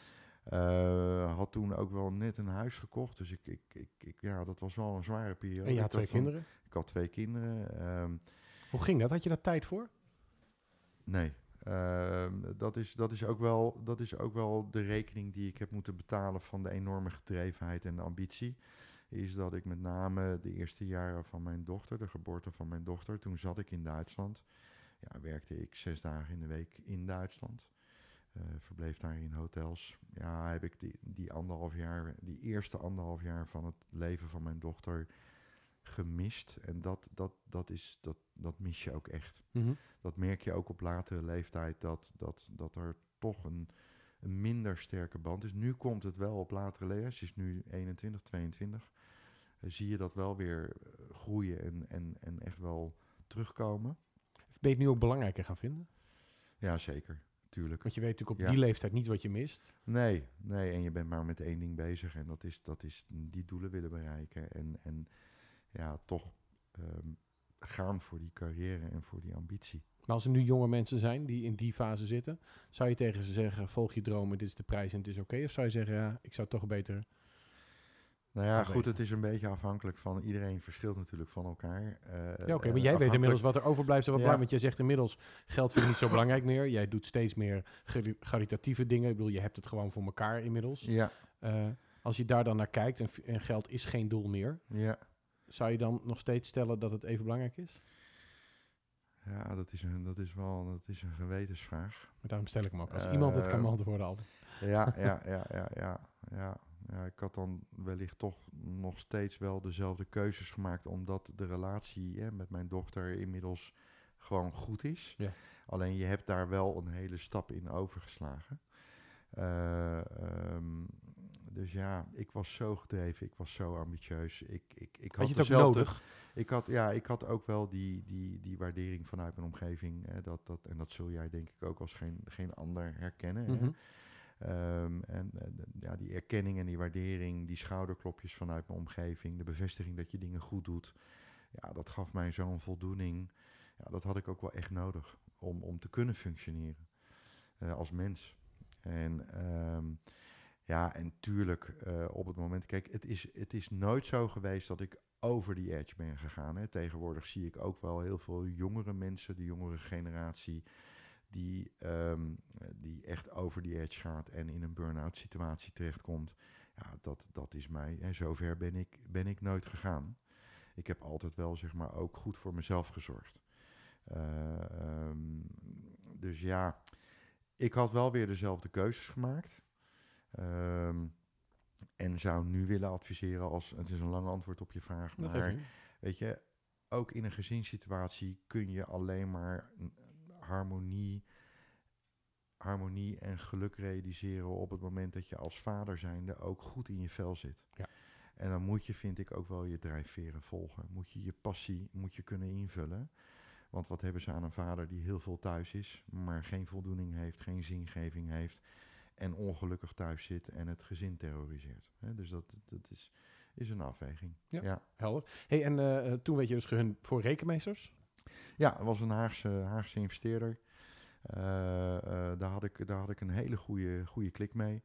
Uh, had toen ook wel net een huis gekocht, dus ik, ik, ik, ik ja, dat was wel een zware periode. En je had twee van, kinderen? Ik had twee kinderen. Um, Hoe ging dat? Had je daar tijd voor? Nee. Uh, dat, is, dat, is ook wel, dat is ook wel de rekening die ik heb moeten betalen van de enorme gedrevenheid en de ambitie. Is dat ik met name de eerste jaren van mijn dochter, de geboorte van mijn dochter, toen zat ik in Duitsland. Ja, werkte ik zes dagen in de week in Duitsland. Uh, verbleef daar in hotels. Ja, heb ik die, die anderhalf jaar, die eerste anderhalf jaar van het leven van mijn dochter gemist. En dat, dat, dat, is, dat, dat mis je ook echt. Mm-hmm. Dat merk je ook op latere leeftijd, dat, dat, dat er toch een, een minder sterke band is. Nu komt het wel op latere leeftijd, ze is nu eenentwintig, tweeëntwintig. Uh, zie je dat wel weer uh, groeien en, en, en echt wel terugkomen. Ben je het nu ook belangrijker gaan vinden? Ja, zeker. Tuurlijk. Want je weet natuurlijk op ja. die leeftijd niet wat je mist. Nee, nee, en je bent maar met één ding bezig en dat is, dat is die doelen willen bereiken. En, en ja, toch um, gaan voor die carrière en voor die ambitie. Maar als er nu jonge mensen zijn die in die fase zitten, zou je tegen ze zeggen, volg je dromen, dit is de prijs en het is oké? Okay? Of zou je zeggen, ja, ik zou toch beter... Nou ja, goed, het is een beetje afhankelijk van... Iedereen verschilt natuurlijk van elkaar. Uh, ja, oké, okay, uh, maar jij weet inmiddels wat er overblijft en wat ja. belangrijk. Want jij zegt inmiddels, geld vind ik niet zo belangrijk meer. Jij doet steeds meer caritatieve dingen. Ik bedoel, je hebt het gewoon voor elkaar inmiddels. Ja. Uh, als je daar dan naar kijkt en, en geld is geen doel meer... Ja. Zou je dan nog steeds stellen dat het even belangrijk is? Ja, dat is een, dat is wel dat is een gewetensvraag. Maar daarom stel ik hem ook. Als uh, uh, iemand het kan beantwoorden altijd. Ja, ja, ja, ja, ja, ja. Ja, ik had dan wellicht toch nog steeds wel dezelfde keuzes gemaakt, omdat de relatie hè, met mijn dochter inmiddels gewoon goed is. Ja. Alleen je hebt daar wel een hele stap in overgeslagen. Uh, um, dus ja, ik was zo gedreven, ik was zo ambitieus. Ik, ik, ik had, had je het dezelfde, ook nodig? Ik had, ja, ik had ook wel die, die, die waardering vanuit mijn omgeving. Hè, dat, dat, en dat zul jij denk ik ook als geen, geen ander herkennen. Mm-hmm. Hè. Um, en uh, de, ja, die erkenning en die waardering, die schouderklopjes vanuit mijn omgeving, de bevestiging dat je dingen goed doet, ja, dat gaf mij zo'n voldoening. Ja, dat had ik ook wel echt nodig om, om te kunnen functioneren uh, als mens. En um, ja, en tuurlijk uh, op het moment, kijk, het is, het is nooit zo geweest dat ik over die edge ben gegaan. Hè. Tegenwoordig zie ik ook wel heel veel jongere mensen, de jongere generatie, Die, um, die echt over die edge gaat en in een burn-out situatie terechtkomt. Ja, dat, dat is mij. En zover ben ik, ben ik nooit gegaan. Ik heb altijd wel, zeg maar, ook goed voor mezelf gezorgd. Uh, um, dus ja, ik had wel weer dezelfde keuzes gemaakt. Um, en zou nu willen adviseren als... Het is een lang antwoord op je vraag, dat maar weet je, ook in een gezinssituatie kun je alleen maar harmonie, harmonie en geluk realiseren op het moment dat je als vader zijnde ook goed in je vel zit. Ja. En dan moet je, vind ik, ook wel je drijfveren volgen. Moet je je passie moet je kunnen invullen. Want wat hebben ze aan een vader die heel veel thuis is, maar geen voldoening heeft, geen zingeving heeft en ongelukkig thuis zit en het gezin terroriseert. He, dus dat, dat is, is een afweging. Ja, ja. Helder. Hey, en uh, toen werd je dus gehund voor rekenmeesters? Ja, dat was een Haagse, Haagse investeerder. Uh, uh, daar, had ik, daar had ik een hele goede, goede klik mee.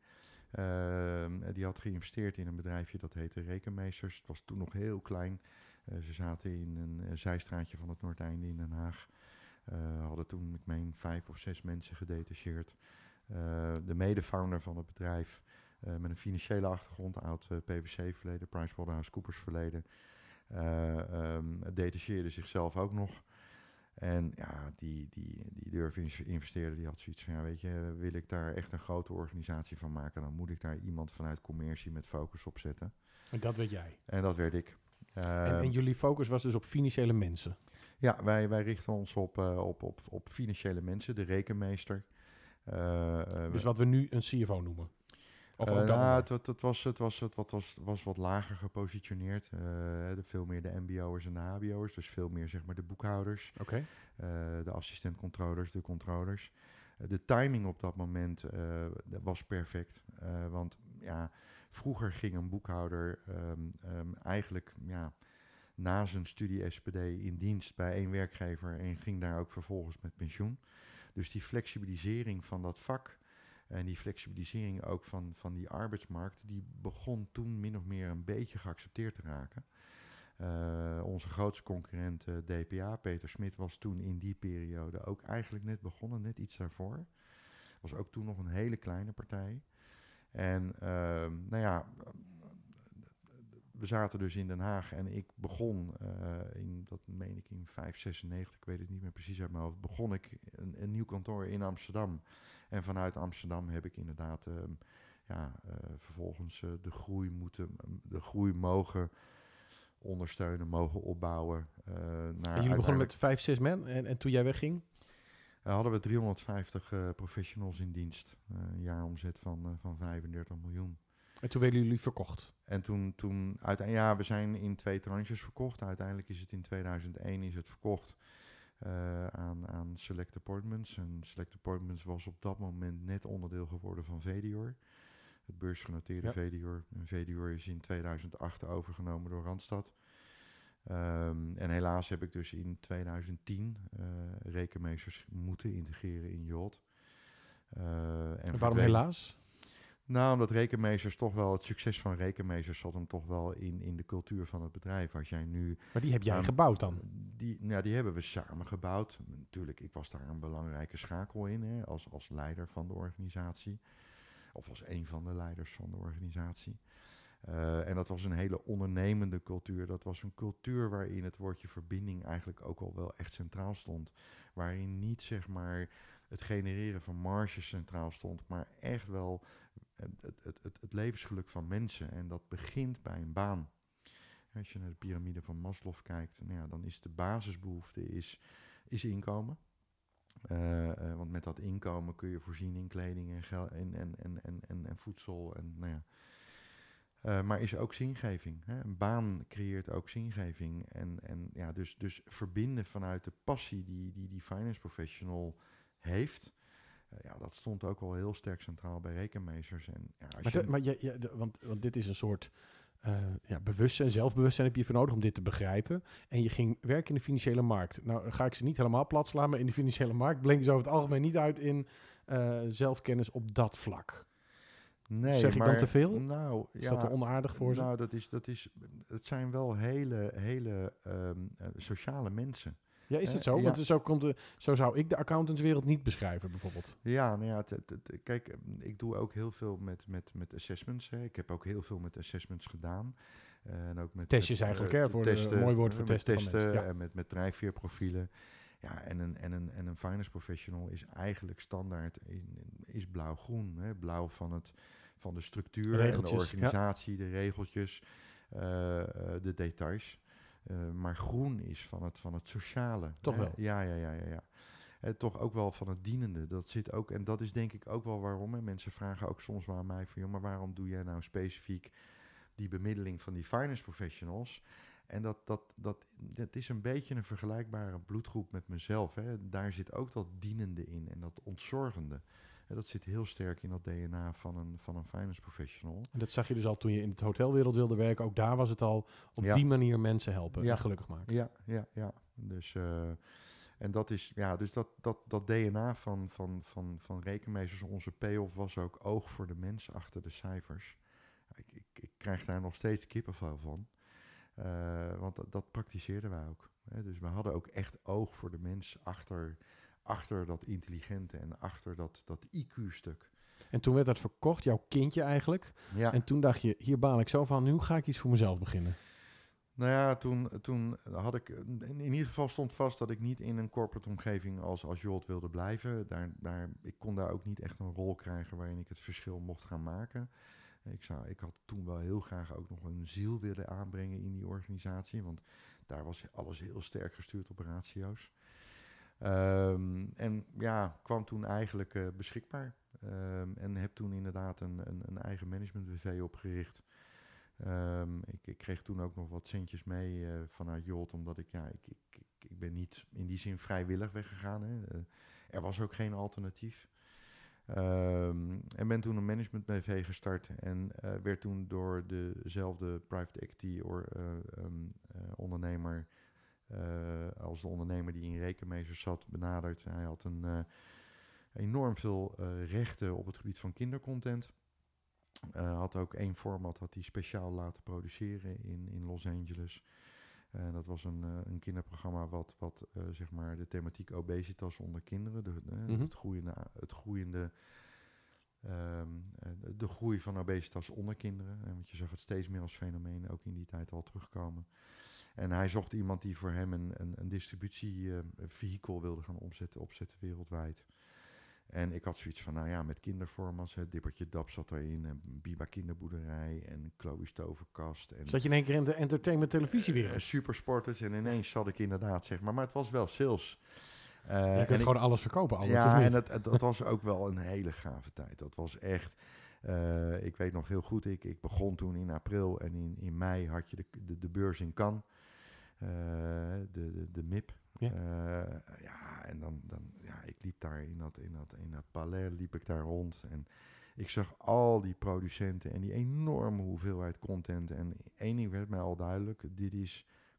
Uh, die had geïnvesteerd in een bedrijfje dat heette Rekenmeesters. Het was toen nog heel klein. Uh, ze zaten in een uh, zijstraatje van het Noordeinde in Den Haag. Uh, hadden toen, ik meen, vijf of zes mensen gedetacheerd. Uh, de mede-founder van het bedrijf, uh, met een financiële achtergrond, oud uh, P W C-verleden, PricewaterhouseCoopers verleden, uh, um, detacheerde zichzelf ook nog. En ja, die, die, die durf investeerder, die had zoiets van, ja, weet je, wil ik daar echt een grote organisatie van maken, dan moet ik daar iemand vanuit commercie met focus op zetten. En dat werd jij? En dat werd ik. Uh, en, en jullie focus was dus op financiële mensen? Ja, wij, wij richten ons op, uh, op, op, op financiële mensen, de rekenmeester. Uh, uh, dus wat we nu een C F O noemen? Of uh, nou, het, het, het, was, het, was, het was, was wat lager gepositioneerd. Uh, de, veel meer de mbo'ers en de hbo'ers. Dus veel meer, zeg maar, de boekhouders. Okay. Uh, de assistent-controllers, de controllers. Uh, de timing op dat moment uh, was perfect. Uh, want ja, vroeger ging een boekhouder um, um, eigenlijk ja, na zijn studie S P D in dienst bij één werkgever en ging daar ook vervolgens met pensioen. Dus die flexibilisering van dat vak en die flexibilisering ook van, van die arbeidsmarkt, die begon toen min of meer een beetje geaccepteerd te raken. Uh, onze grootste concurrent uh, D P A, Peter Smit, was toen in die periode ook eigenlijk net begonnen, net iets daarvoor. Was ook toen nog een hele kleine partij. En uh, nou ja, we zaten dus in Den Haag en ik begon, uh, in, dat meen ik in vijf zesennegentig, ik weet het niet meer precies uit mijn hoofd, begon ik een, een nieuw kantoor in Amsterdam. En vanuit Amsterdam heb ik inderdaad uh, ja, uh, vervolgens uh, de groei moeten, de groei mogen ondersteunen, mogen opbouwen. Uh, naar en jullie begonnen met vijf, zes men en, en toen jij wegging? Uh, hadden we driehonderdvijftig uh, professionals in dienst. Uh, een jaaromzet van, uh, van vijfendertig miljoen. En toen werden jullie verkocht? En toen, toen uiteindelijk, ja, we zijn in twee tranches verkocht. Uiteindelijk is het in tweeduizend één is het verkocht uh, aan, aan Select Appointments. En Select Appointments was op dat moment net onderdeel geworden van Vedior. Het beursgenoteerde ja. Vedior. En Vedior is in tweeduizend acht overgenomen door Randstad. Um, en helaas heb ik dus in twintig tien uh, rekenmeesters moeten integreren in Yacht. Uh, en en waarom helaas? Nou, omdat rekenmeesters toch wel, het succes van rekenmeesters zat hem toch wel in, in de cultuur van het bedrijf. Als jij nu... Maar die heb jij aan, gebouwd dan? Die, nou, die hebben we samen gebouwd. Natuurlijk, ik was daar een belangrijke schakel in, hè, als, als leider van de organisatie. Of als een van de leiders van de organisatie. Uh, en dat was een hele ondernemende cultuur. Dat was een cultuur waarin het woordje verbinding eigenlijk ook al wel echt centraal stond. Waarin niet, zeg maar, het genereren van marges centraal stond, maar echt wel het, het, het, het levensgeluk van mensen. En dat begint bij een baan. Als je naar de piramide van Maslow kijkt, nou ja, dan is de basisbehoefte is, is inkomen. Uh, uh, want met dat inkomen kun je voorzien in kleding en, gel- en, en, en, en, en, en voedsel. En, nou ja. Uh, maar is ook zingeving. Hè? Een baan creëert ook zingeving. En, en ja, dus, dus verbinden vanuit de passie die die, die finance professional heeft. Uh, ja, dat stond ook al heel sterk centraal bij rekenmeesters. En, ja, als maar je de, maar je, je, de, want, want dit is een soort uh, ja, bewustzijn, zelfbewustzijn heb je voor nodig om dit te begrijpen. En je ging werken in de financiële markt. Nou ga ik ze niet helemaal plat slaan, maar in de financiële markt blinken ze over het algemeen niet uit in uh, zelfkennis op dat vlak. Nee, zeg ik maar, dan te veel? Nou, is ja, dat te onaardig voor ze? Nou, dat is, dat is, het zijn wel hele, hele um, uh, sociale mensen. Ja, is dat zo? Uh, Want ja. zo, komt de, zo zou ik de accountantswereld niet beschrijven, bijvoorbeeld. Ja, nou ja, het, het, het, kijk, ik doe ook heel veel met, met, met assessments. Hè. Ik heb ook heel veel met assessments gedaan. Uh, en ook met testjes met, eigenlijk, uh, hè? Voor testen, een mooi woord voor met testen. testen van mensen. Ja. En met, met drijfveerprofielen. Ja, en een, en, een, en een finance professional is eigenlijk standaard in, is blauw-groen. Hè. Blauw van het... van de structuur Regeltjes, en de organisatie, ja. De regeltjes, uh, uh, de details. Uh, maar groen is van het, van het sociale. Toch hè? wel? Ja, ja, ja, ja. ja. Uh, toch ook wel van het dienende. Dat zit ook, en dat is denk ik ook wel waarom. Hè? Mensen vragen ook soms wel aan mij van, joh, maar waarom doe jij nou specifiek die bemiddeling van die finance professionals? En dat, dat, dat, dat is een beetje een vergelijkbare bloedgroep met mezelf. Hè? Daar zit ook dat dienende in en dat ontzorgende. En dat zit heel sterk in dat D N A van een, van een finance professional. En dat zag je dus al toen je in het hotelwereld wilde werken. Ook daar was het al op ja. die manier mensen helpen ja. en gelukkig maken. Ja, ja, ja. Dus, uh, en dat is, ja, dus dat, dat, dat D N A van, van, van, van rekenmeesters, onze payoff was ook oog voor de mens achter de cijfers. Ik, ik, ik krijg daar nog steeds kippenvel van. Uh, want dat, dat praktiseerden wij ook. Hè. Dus we hadden ook echt oog voor de mens achter... achter dat intelligente en achter dat, dat I Q-stuk. En toen werd dat verkocht, jouw kindje eigenlijk. Ja. En toen dacht je, hier baal ik zo van, nu ga ik iets voor mezelf beginnen. Nou ja, toen, toen had ik... In ieder geval stond vast dat ik niet in een corporate omgeving als, als Yacht wilde blijven. Daar, daar, ik kon daar ook niet echt een rol krijgen waarin ik het verschil mocht gaan maken. Ik, zou, ik had toen wel heel graag ook nog een ziel willen aanbrengen in die organisatie. Want daar was alles heel sterk gestuurd op ratio's. Um, en ja, kwam toen eigenlijk uh, beschikbaar. Um, en heb toen inderdaad een, een, een eigen management B V opgericht. Um, ik, ik kreeg toen ook nog wat centjes mee uh, vanuit Yacht, omdat ik, ja, ik, ik, ik, ik ben niet in die zin vrijwillig weggegaan. Hè. Uh, er was ook geen alternatief. Um, en ben toen een management B V gestart en uh, werd toen door dezelfde private equity or, uh, um, uh, ondernemer... Uh, als de ondernemer die in rekenmeesters zat benaderd. Hij had een, uh, enorm veel uh, rechten op het gebied van kindercontent. Uh, had ook één format had hij speciaal laten produceren in, in Los Angeles. Uh, dat was een, uh, een kinderprogramma wat, wat uh, zeg maar de thematiek obesitas onder kinderen, de, uh, mm-hmm. het groeiende, het groeiende um, uh, de groei van obesitas onder kinderen. Uh, want je zag het steeds meer als fenomeen ook in die tijd al terugkomen. En hij zocht iemand die voor hem een, een, een distributievehikel uh, wilde gaan opzetten, opzetten wereldwijd. En ik had zoiets van, nou ja, met kinderformats, hè, Dippertje Dap zat erin, en Biba Kinderboerderij en Chloe Stovenkast. En, zat je in één keer in de entertainment televisiewereld? Uh, supersporters en ineens zat ik inderdaad, zeg maar, maar het was wel sales. Uh, ja, je kunt gewoon ik, alles verkopen. Albert, ja, en dat, dat was ook wel een hele gave tijd. Dat was echt... Uh, ik weet nog heel goed, ik, ik begon toen in april en in, in mei had je de, de, de beurs in Cannes, uh, de, de, de M I P. Ja, uh, ja en dan, dan, ja, ik liep daar in dat, in, dat, in dat palais, liep ik daar rond en ik zag al die producenten en die enorme hoeveelheid content. En één ding werd mij al duidelijk, dit is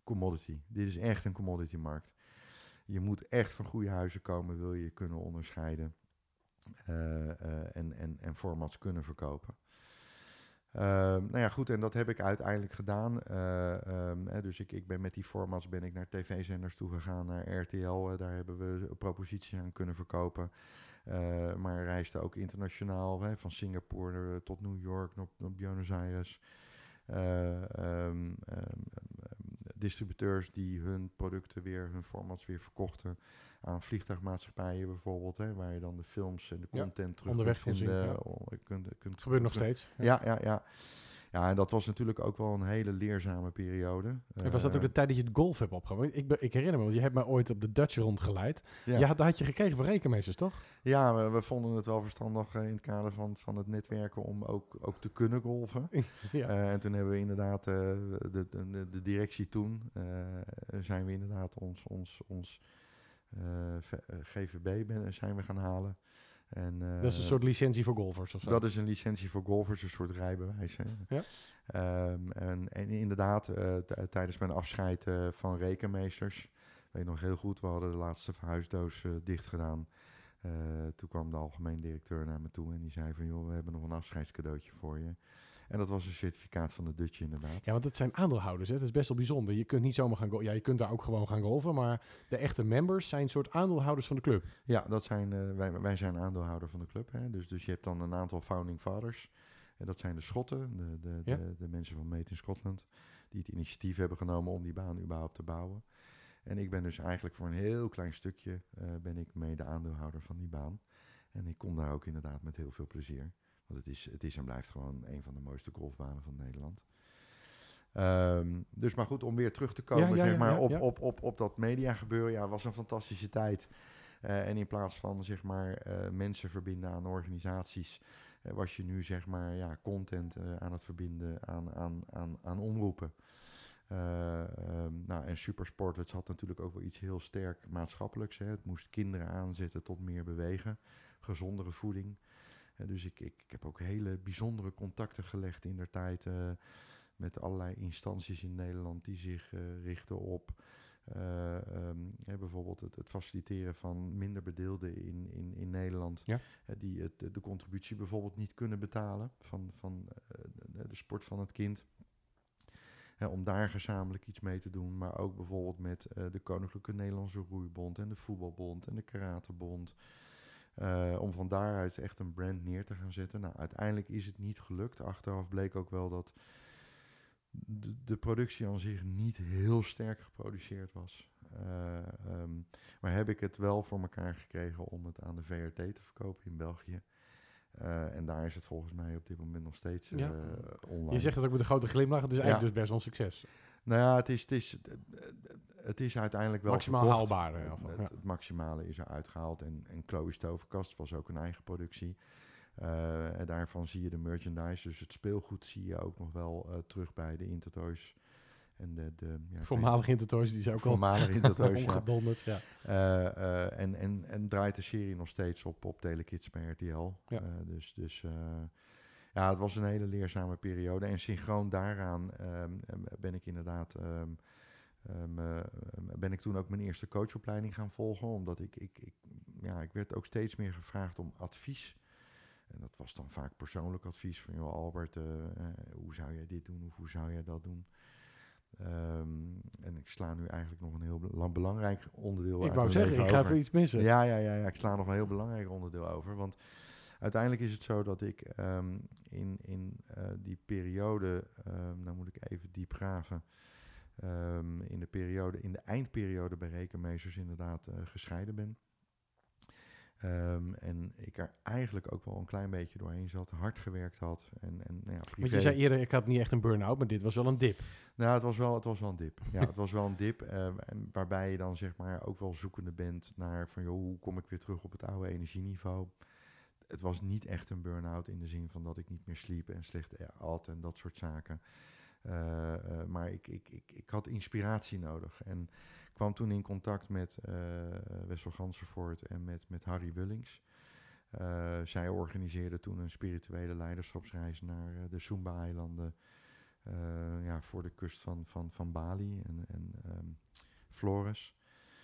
commodity. Dit is echt een commodity markt. Je moet echt van goede huizen komen, wil je je kunnen onderscheiden. Uh, uh, en, en, en formats kunnen verkopen. Uh, nou ja, goed, en dat heb ik uiteindelijk gedaan. Uh, um, eh, dus ik, ik ben met die formats ben ik naar tv-zenders toe gegaan, naar R T L. Uh, daar hebben we proposities aan kunnen verkopen. Uh, maar reisde ook internationaal, hè, van Singapore uh, tot New York, naar, naar Buenos Aires. Uh, um, um, um, distributeurs die hun producten weer, hun formats weer verkochten aan vliegtuigmaatschappijen bijvoorbeeld, hè, waar je dan de films en de content ja, terug onderweg kunt vinden. Zien, ja. uh, kunt, kunt, gebeurt nog kunt, steeds. Ja. ja, ja, ja. Ja, en dat was natuurlijk ook wel een hele leerzame periode. En was dat ook de tijd dat je het golf hebt opgehaald? Ik, ik herinner me, want je hebt mij ooit op de Dutch rondgeleid. Ja, ja, dat had je gekregen van rekenmeesters, toch? Ja, we, we vonden het wel verstandig uh, in het kader van, van het netwerken om ook, ook te kunnen golfen. Ja. Uh, en toen hebben we inderdaad, uh, de, de, de directie toen, uh, zijn we inderdaad ons, ons, ons uh, G V B ben, zijn we gaan halen. En, uh, dat is een soort licentie voor golfers of zo? Dat is een licentie voor golfers, een soort rijbewijs. Hè. Ja? Um, en, en inderdaad, uh, t- tijdens mijn afscheid uh, van rekenmeesters, weet ik nog heel goed, we hadden de laatste verhuisdoos uh, dicht gedaan. Uh, toen kwam de algemeen directeur naar me toe en die zei van, joh, we hebben nog een afscheidscadeautje voor je. En dat was een certificaat van de Dutch inderdaad. Ja, want het zijn aandeelhouders, hè? Dat is best wel bijzonder. Je kunt niet zomaar gaan golven. Ja, je kunt daar ook gewoon gaan golven, maar de echte members zijn een soort aandeelhouders van de club. Ja, dat zijn, uh, wij, wij zijn aandeelhouder van de club. Hè? Dus, dus je hebt dan een aantal founding fathers. En dat zijn de Schotten, de, de, ja. de, de mensen van Meet in Scotland, die het initiatief hebben genomen om die baan überhaupt te bouwen. En ik ben dus eigenlijk voor een heel klein stukje uh, ben ik mede aandeelhouder van die baan. En ik kom daar ook inderdaad met heel veel plezier. Want het is, het is en blijft gewoon een van de mooiste golfbanen van Nederland. Um, dus maar goed, om weer terug te komen ja, ja, zeg maar, ja, ja, op, ja. Op, op, op dat mediagebeuren. Ja, was een fantastische tijd. Uh, en in plaats van zeg maar, uh, mensen verbinden aan organisaties, uh, was je nu zeg maar, ja, content uh, aan het verbinden aan, aan, aan, aan omroepen. Uh, um, nou, en Supersport, het had natuurlijk ook wel iets heel sterk maatschappelijks. Hè. Het moest kinderen aanzetten tot meer bewegen, gezondere voeding. Uh, dus ik, ik, ik heb ook hele bijzondere contacten gelegd in der tijd uh, met allerlei instanties in Nederland die zich uh, richten op uh, um, ja, bijvoorbeeld het, het faciliteren van minder bedeelden in, in, in Nederland. Ja. Uh, die het, de contributie bijvoorbeeld niet kunnen betalen van, van uh, de, de sport van het kind. Uh, om daar gezamenlijk iets mee te doen, maar ook bijvoorbeeld met uh, de Koninklijke Nederlandse Roeibond en de Voetbalbond en de Karatebond. Uh, om van daaruit echt een brand neer te gaan zetten. Nou, uiteindelijk is het niet gelukt. Achteraf bleek ook wel dat de, de productie aan zich niet heel sterk geproduceerd was. Uh, um, maar heb ik het wel voor elkaar gekregen om het aan de V R T te verkopen in België. Uh, en daar is het volgens mij op dit moment nog steeds uh, ja. online. Je zegt het ook met een grote glimlach. Het is eigenlijk ja. dus best wel een succes. Nou ja, het is, het is, het is uiteindelijk wel maximaal verkocht. haalbaar. Het, ja. het, het maximale is er uitgehaald. En, en Chloe's Toverkast was ook een eigen productie. Uh, en daarvan zie je de merchandise. Dus het speelgoed zie je ook nog wel uh, terug bij de Intertoys. En de, de, ja, voormalige Intertoys, die zijn ook voormalige al Intertoys, ongedonderd. Ja. Ja. Uh, uh, en, en, en draait de serie nog steeds op, op Telekids bij R T L. Ja. Uh, dus dus uh, ja, het was een hele leerzame periode. En synchroon daaraan um, ben ik inderdaad... Um, Um, uh, ben ik toen ook mijn eerste coachopleiding gaan volgen. Omdat ik, ik, ik, ja, ik werd ook steeds meer gevraagd om advies. En dat was dan vaak persoonlijk advies. Van, joh Albert, uh, uh, hoe zou jij dit doen? Of hoe zou jij dat doen? Um, en ik sla nu eigenlijk nog een heel belangrijk onderdeel Ik wou zeggen, ik ga even iets missen. Ja, ja, ja, ja, ik sla nog een heel belangrijk onderdeel over. Want uiteindelijk is het zo dat ik um, in, in uh, die periode... Um, nou moet ik even diep graven... Um, in de periode, in de eindperiode bij Rekenmeesters inderdaad uh, gescheiden ben. Um, en ik er eigenlijk ook wel een klein beetje doorheen zat, hard gewerkt had. En, en, nou ja, privé... Want je zei eerder, ik had niet echt een burn-out, maar dit was wel een dip. Nou, het was wel, het was wel een dip. Ja, het was wel een dip. Uh, en waarbij je dan zeg maar ook wel zoekende bent naar van, joh, hoe kom ik weer terug op het oude energieniveau? Het was niet echt een burn-out in de zin van dat ik niet meer sliep en slecht at en dat soort zaken. Uh, uh, maar ik, ik, ik, ik had inspiratie nodig. En kwam toen in contact met uh, Wessel Gansenvoort en met, met Harry Wullings. Uh, zij organiseerden toen een spirituele leiderschapsreis naar uh, de Sumba-eilanden. uh, ja, voor de kust van, van, van Bali en, en um, Flores.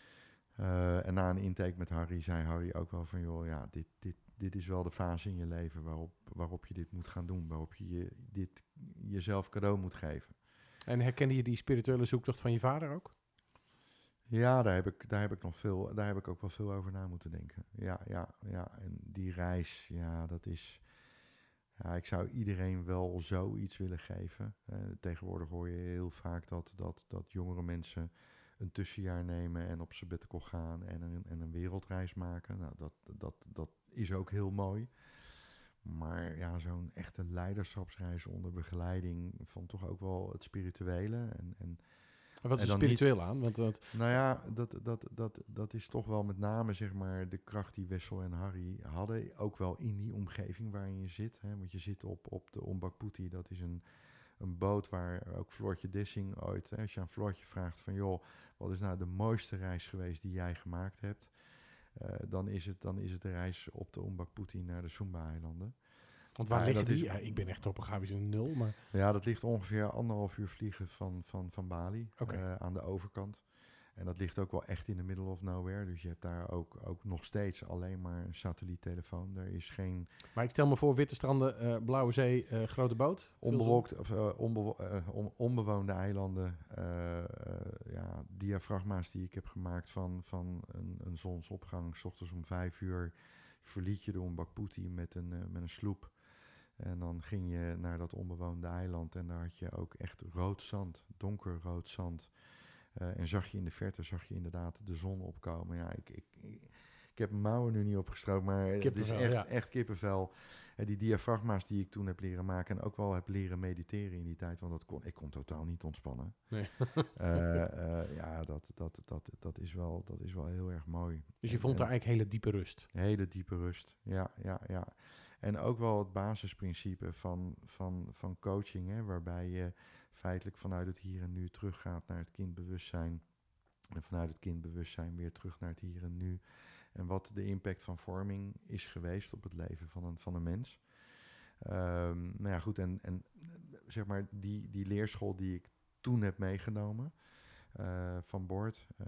Uh, en na een intake met Harry zei Harry ook wel van, joh, ja, dit, dit, dit is wel de fase in je leven waarop, waarop je dit moet gaan doen. Waarop je, je dit jezelf cadeau moet geven. En herkende je die spirituele zoektocht van je vader ook? Ja, daar heb ik, daar heb ik nog veel, daar heb ik ook wel veel over na moeten denken. Ja, ja, ja. En die reis, ja, dat is. Ja, ik zou iedereen wel zoiets willen geven. Uh, tegenwoordig hoor je heel vaak dat, dat, dat jongere mensen een tussenjaar nemen en op sabbatical gaan en een, en een wereldreis maken. Nou, dat, dat, dat is ook heel mooi. Maar ja, zo'n echte leiderschapsreis onder begeleiding van toch ook wel het spirituele en. en Maar wat is er spiritueel niet aan? Want dat... Nou ja, dat, dat, dat, dat is toch wel met name zeg maar de kracht die Wessel en Harry hadden. Ook wel in die omgeving waarin je zit. Hè? Want je zit op, op de Ombakputi. Dat is een, een boot waar ook Floortje Dissing ooit... Hè, als je aan Floortje vraagt van... joh, wat is nou de mooiste reis geweest die jij gemaakt hebt? Uh, dan, is het, dan is het de reis op de Ombakputi naar de Sumba-eilanden. Want waar ja, liggen die? Is, ja, ik ben echt topografisch een nul, maar... Ja, dat ligt ongeveer anderhalf uur vliegen van, van, van Bali, okay. uh, aan de overkant. En dat ligt ook wel echt in the middle of nowhere. Dus je hebt daar ook, ook nog steeds alleen maar een satelliettelefoon. Er is geen... Maar ik stel me voor, witte stranden, uh, blauwe zee, uh, grote boot? Onbewolkt, of, uh, onbewo- uh, on, onbewoonde eilanden. Uh, uh, ja, diafragma's die ik heb gemaakt van, van een, een zonsopgang. 's Ochtends om vijf uur verliet je de Ombakputi met een, uh, met een sloep. En dan ging je naar dat onbewoonde eiland en daar had je ook echt rood zand, donkerrood zand. Uh, en zag je in de verte, zag je inderdaad de zon opkomen. Ja, ik, ik, ik, ik heb mijn mouwen nu niet opgestroopt, maar het is echt, ja. echt kippenvel. En die diafragma's die ik toen heb leren maken en ook wel heb leren mediteren in die tijd, want dat kon, ik kon totaal niet ontspannen. Nee. uh, uh, ja, dat, dat, dat, dat, is wel, dat is wel heel erg mooi. Dus je en, vond daar en, eigenlijk hele diepe rust? Hele diepe rust, ja, ja, ja. En ook wel het basisprincipe van, van, van coaching, hè, waarbij je feitelijk vanuit het hier en nu teruggaat naar het kindbewustzijn. En vanuit het kindbewustzijn weer terug naar het hier en nu. En wat de impact van vorming is geweest op het leven van een, van een mens. Um, nou ja, goed, en, en zeg maar die, die leerschool die ik toen heb meegenomen uh, van boord... Uh,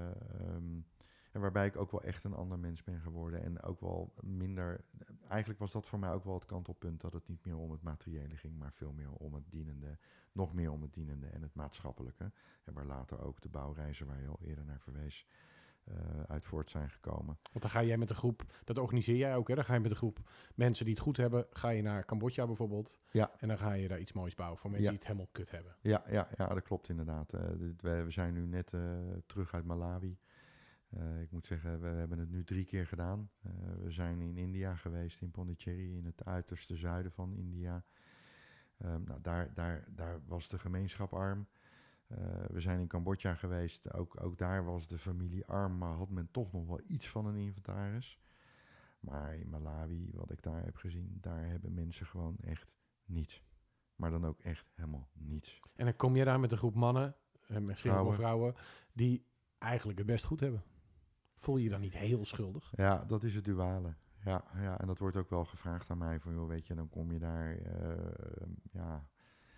um, En waarbij ik ook wel echt een ander mens ben geworden. En ook wel minder... Eigenlijk was dat voor mij ook wel het kantelpunt... dat het niet meer om het materiële ging... maar veel meer om het dienende. Nog meer om het dienende en het maatschappelijke. En waar later ook de bouwreizen... waar je al eerder naar verwees... Uh, uit voort zijn gekomen. Want dan ga jij met een groep... Dat organiseer jij ook, hè? Dan ga je met een groep mensen die het goed hebben... ga je naar Cambodja bijvoorbeeld. Ja. En dan ga je daar iets moois bouwen... voor mensen ja. die het helemaal kut hebben. Ja, ja, ja, dat klopt inderdaad. Uh, we, we zijn nu net uh, terug uit Malawi... Uh, ik moet zeggen, we hebben het nu drie keer gedaan. Uh, we zijn in India geweest, in Pondicherry, in het uiterste zuiden van India. Um, nou, daar, daar, daar was de gemeenschap arm. Uh, we zijn in Cambodja geweest, ook, ook daar was de familie arm, maar had men toch nog wel iets van een inventaris. Maar in Malawi, wat ik daar heb gezien, daar hebben mensen gewoon echt niets. Maar dan ook echt helemaal niets. En dan kom je daar met een groep mannen, en misschien ook wel vrouwen, die eigenlijk het best goed hebben. Voel je je dan niet heel schuldig? Ja, dat is het duale. Ja, ja, en dat wordt ook wel gevraagd aan mij van, joh, weet je, dan kom je daar, uh, ja,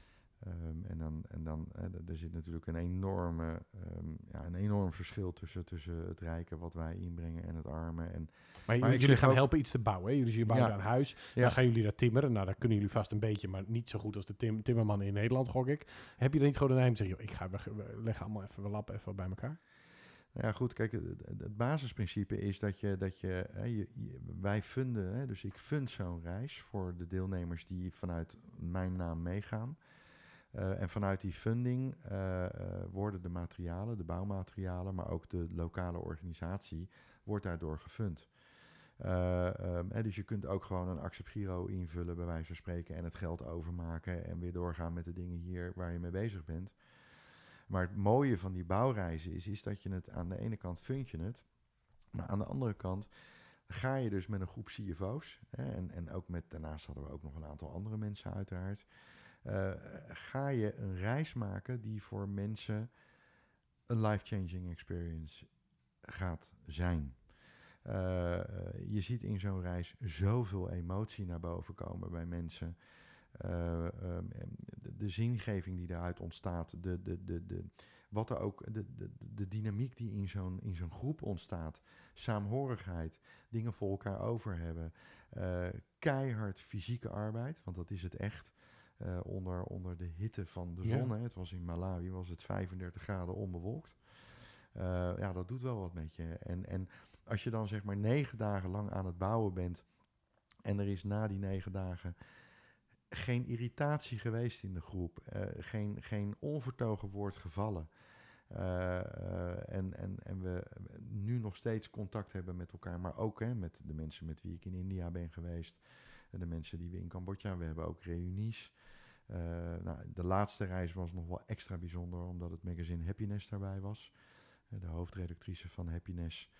um, en dan, en dan, uh, er zit natuurlijk een enorme, um, ja, een enorm verschil tussen, tussen het rijke wat wij inbrengen en het arme. En, maar, maar jullie gaan ook helpen iets te bouwen, hè? Jullie, jullie bouwen ja, een huis, ja. Dan gaan jullie dat timmeren. Nou, dan kunnen jullie vast een beetje, maar niet zo goed als de tim- timmerman in Nederland, gok ik. Heb je dan niet gewoon een heim zeggen, joh, ik ga, we, we leggen allemaal even, we lappen even bij elkaar? Ja, goed, kijk, het, het basisprincipe is dat je, dat je, hè, je, je wij funden, hè, dus ik fund zo'n reis voor de deelnemers die vanuit mijn naam meegaan. Uh, en vanuit die funding uh, uh, worden de materialen, de bouwmaterialen, maar ook de lokale organisatie, wordt daardoor gefund. Uh, um, hè, dus je kunt ook gewoon een Accept-Giro invullen, bij wijze van spreken, en het geld overmaken en weer doorgaan met de dingen hier waar je mee bezig bent. Maar het mooie van die bouwreizen is, is dat je het aan de ene kant fund je het, maar aan de andere kant ga je dus met een groep C F O's, hè, en, en ook met, daarnaast hadden we ook nog een aantal andere mensen uiteraard, uh, ga je een reis maken die voor mensen een life-changing experience gaat zijn. Uh, je ziet in zo'n reis zoveel emotie naar boven komen bij mensen. uh, um, de, de zingeving die daaruit ontstaat, de, de, de, de, wat er ook, de, de, de dynamiek die in zo'n, in zo'n groep ontstaat, saamhorigheid, dingen voor elkaar over hebben, uh, keihard fysieke arbeid, want dat is het echt, uh, onder, onder de hitte van de zon. Ja. Hè. Het was in Malawi, was het vijfendertig graden onbewolkt. Uh, ja, dat doet wel wat met je. En, en als je dan zeg maar negen dagen lang aan het bouwen bent en er is na die negen dagen geen irritatie geweest in de groep, uh, geen, geen onvertogen woord gevallen. Uh, uh, en, en, en we nu nog steeds contact hebben met elkaar, maar ook hè, met de mensen met wie ik in India ben geweest, en de mensen die we in Cambodja, we hebben ook reunies. Uh, nou, de laatste reis was nog wel extra bijzonder, omdat het magazine Happiness daarbij was. Uh, de hoofdredactrice van Happiness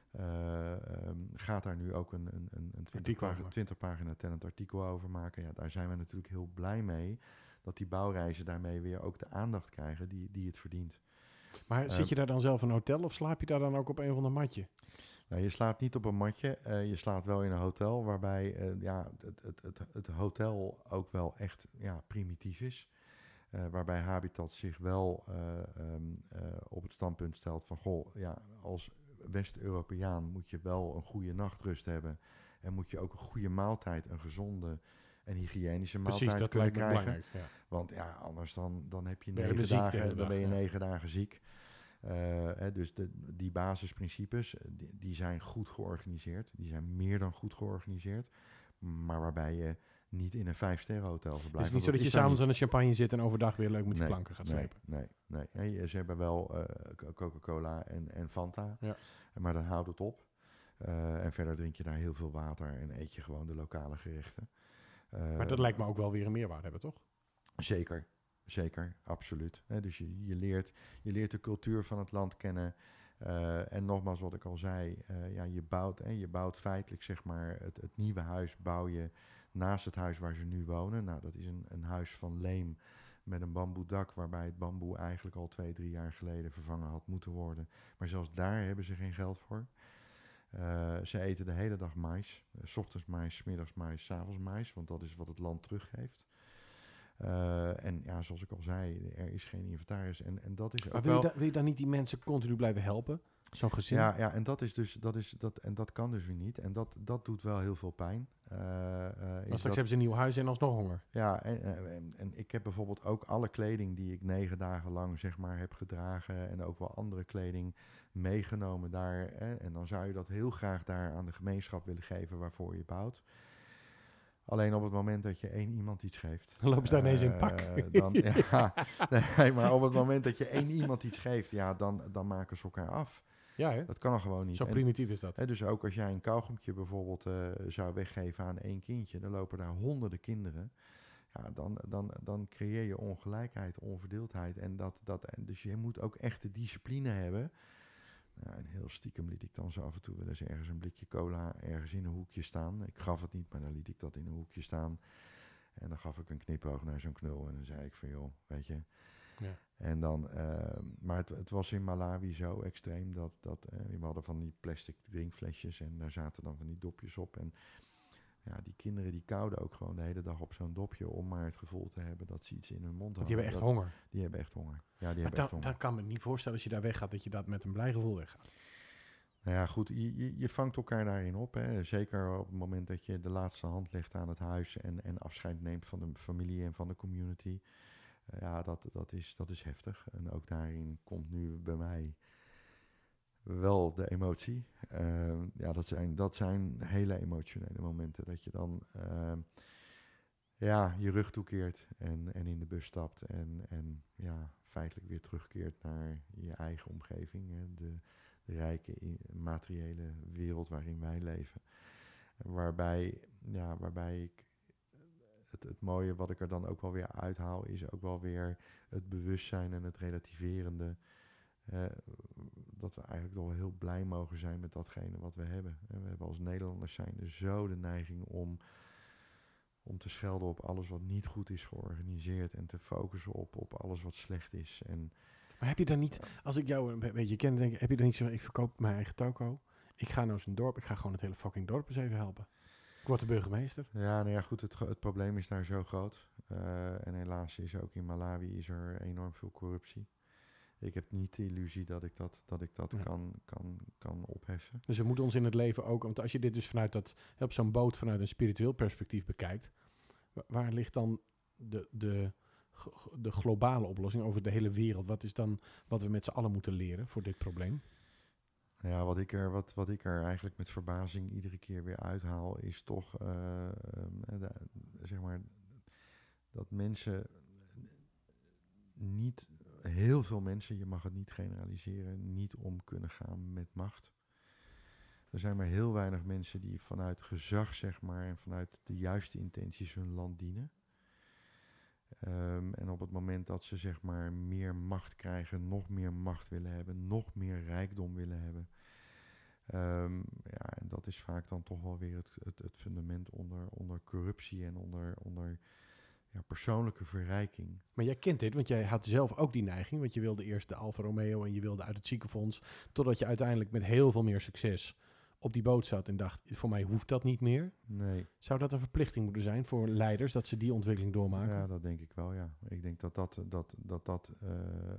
uh, um, gaat daar nu ook een, een, een twintig, pagina, twintig pagina talent artikel over maken. Ja, daar zijn we natuurlijk heel blij mee, dat die bouwreizen daarmee weer ook de aandacht krijgen die, die het verdient. Maar uh, zit je daar dan zelf in een hotel of slaap je daar dan ook op een of ander matje? Nou, je slaapt niet op een matje, uh, je slaapt wel in een hotel, waarbij uh, ja, het, het, het, het hotel ook wel echt ja, primitief is. Uh, waarbij Habitat zich wel uh, um, uh, op het standpunt stelt van, goh, ja, als West-Europeaan moet je wel een goede nachtrust hebben. En moet je ook een goede maaltijd, een gezonde en hygiënische maaltijd Precies, dat kunnen lijkt me krijgen. Ja. Want ja, anders dan, dan heb je ben negen je dagen, ziek, dan dag, ben je ja. negen dagen ziek. Uh, hè, dus de, die basisprincipes, die, die zijn goed georganiseerd. Die zijn meer dan goed georganiseerd. Maar waarbij je niet in een vijfsterrenhotel verblijft. Het is niet zo dat, dat je s'avonds aan de champagne zit en overdag weer leuk met nee, die planken gaat nee, slepen. Nee, nee. nee. Ze hebben wel uh, Coca-Cola en, en Fanta. Ja. Maar dan houdt het op. Uh, en verder drink je daar heel veel water en eet je gewoon de lokale gerechten. Uh, maar dat lijkt me ook wel weer een meerwaarde hebben, toch? Zeker. Zeker, absoluut. He, dus je, je, leert, je leert de cultuur van het land kennen. Uh, en nogmaals wat ik al zei, uh, ja, je, bouwt, hè, je bouwt feitelijk zeg maar het, het nieuwe huis bouw je naast het huis waar ze nu wonen. Nou, dat is een, een huis van leem met een bamboedak, waarbij het bamboe eigenlijk al twee, drie jaar geleden vervangen had moeten worden. Maar zelfs daar hebben ze geen geld voor. Uh, ze eten de hele dag mais. Uh, 's ochtends mais, 's middags mais, 's avonds mais, want dat is wat het land teruggeeft. Uh, en ja, zoals ik al zei, er is geen inventaris. En, en dat is ook maar wil, wel... je da, wil je dan niet die mensen continu blijven helpen? Zo'n gezin? Ja, ja, en dat is dus, dat is, dat, en dat kan dus weer niet. En dat, dat doet wel heel veel pijn. Uh, uh, straks dat, hebben ze een nieuw huis en alsnog honger. Ja, en, en, en ik heb bijvoorbeeld ook alle kleding die ik negen dagen lang zeg maar heb gedragen en ook wel andere kleding meegenomen daar. Hè, en dan zou je dat heel graag daar aan de gemeenschap willen geven waarvoor je bouwt. Alleen op het moment dat je één iemand iets geeft... Dan lopen ze daar ineens uh, in pak. Dan, ja, nee, maar op het moment dat je één iemand iets geeft, ja, dan, dan maken ze elkaar af. Ja, hè? Dat kan gewoon niet. Zo primitief is dat. En, hè, dus ook als jij een kauwgompje bijvoorbeeld uh, zou weggeven aan één kindje, dan lopen daar honderden kinderen. Ja, dan, dan, dan creëer je ongelijkheid, onverdeeldheid. En dat, dat, en dus je moet ook echt de discipline hebben. Nou, en heel stiekem liet ik dan zo af en toe wel eens ergens een blikje cola ergens in een hoekje staan. Ik gaf het niet, maar dan liet ik dat in een hoekje staan. En dan gaf ik een knipoog naar zo'n knul en dan zei ik van joh, weet je. Ja. En dan, uh, maar het, het was in Malawi zo extreem dat, dat uh, we hadden van die plastic drinkflesjes en daar zaten dan van die dopjes op. En ja, die kinderen die kauwden ook gewoon de hele dag op zo'n dopje om maar het gevoel te hebben dat ze iets in hun mond hadden. Die hebben echt dat, honger. Die hebben echt honger. Ja, die maar hebben dan, echt honger. dan kan me niet voorstellen als je daar weggaat dat je dat met een blij gevoel weggaat. Nou ja, goed, je, je, je vangt elkaar daarin op. Hè. Zeker op het moment dat je de laatste hand legt aan het huis en, en afscheid neemt van de familie en van de community. Uh, ja, dat, dat, is, dat is heftig. En ook daarin komt nu bij mij wel de emotie. Uh, ja, dat zijn, dat zijn hele emotionele momenten. Dat je dan uh, ja, je rug toekeert en, en in de bus stapt. En, en ja, feitelijk weer terugkeert naar je eigen omgeving. Hè. De, de rijke materiële wereld waarin wij leven. Waarbij, ja, waarbij ik het, het mooie wat ik er dan ook wel weer uithaal is ook wel weer het bewustzijn en het relativerende. Uh, dat we eigenlijk toch wel heel blij mogen zijn met datgene wat we hebben. En we hebben als Nederlanders zijn er zo de neiging om, om te schelden op alles wat niet goed is georganiseerd en te focussen op, op alles wat slecht is. En maar heb je dan niet, als ik jou een beetje ken, denk ik, heb je dan niet zo, ik verkoop mijn eigen toko, ik ga nou eens een dorp, ik ga gewoon het hele fucking dorp eens even helpen. Ik word de burgemeester. Ja, nou ja, goed, het, het probleem is daar zo groot. Uh, en helaas is ook in Malawi is er enorm veel corruptie. Ik heb niet de illusie dat ik dat, dat, ik dat ja. kan, kan, kan opheffen. Dus we moeten ons in het leven ook... Want als je dit dus vanuit dat, op zo'n boot vanuit een spiritueel perspectief bekijkt... Waar ligt dan de, de, de globale oplossing over de hele wereld? Wat is dan wat we met z'n allen moeten leren voor dit probleem? Ja, wat ik, er, wat, wat ik er eigenlijk met verbazing iedere keer weer uithaal... is toch, uh, uh, de, zeg maar, dat mensen niet... Heel veel mensen, je mag het niet generaliseren, niet om kunnen gaan met macht. Er zijn maar heel weinig mensen die vanuit gezag, zeg maar, en vanuit de juiste intenties hun land dienen. Um, en op het moment dat ze, zeg maar, meer macht krijgen, nog meer macht willen hebben, nog meer rijkdom willen hebben. Um, ja, en dat is vaak dan toch wel weer het, het, het fundament onder, onder corruptie en onder... onder Ja, persoonlijke verrijking. Maar jij kent dit, want jij had zelf ook die neiging. Want je wilde eerst de Alfa Romeo en je wilde uit het ziekenfonds. Totdat je uiteindelijk met heel veel meer succes op die boot zat en dacht, voor mij hoeft dat niet meer. Nee. Zou dat een verplichting moeten zijn voor leiders, dat ze die ontwikkeling doormaken? Ja, dat denk ik wel, ja. Ik denk dat dat, dat, dat, dat uh,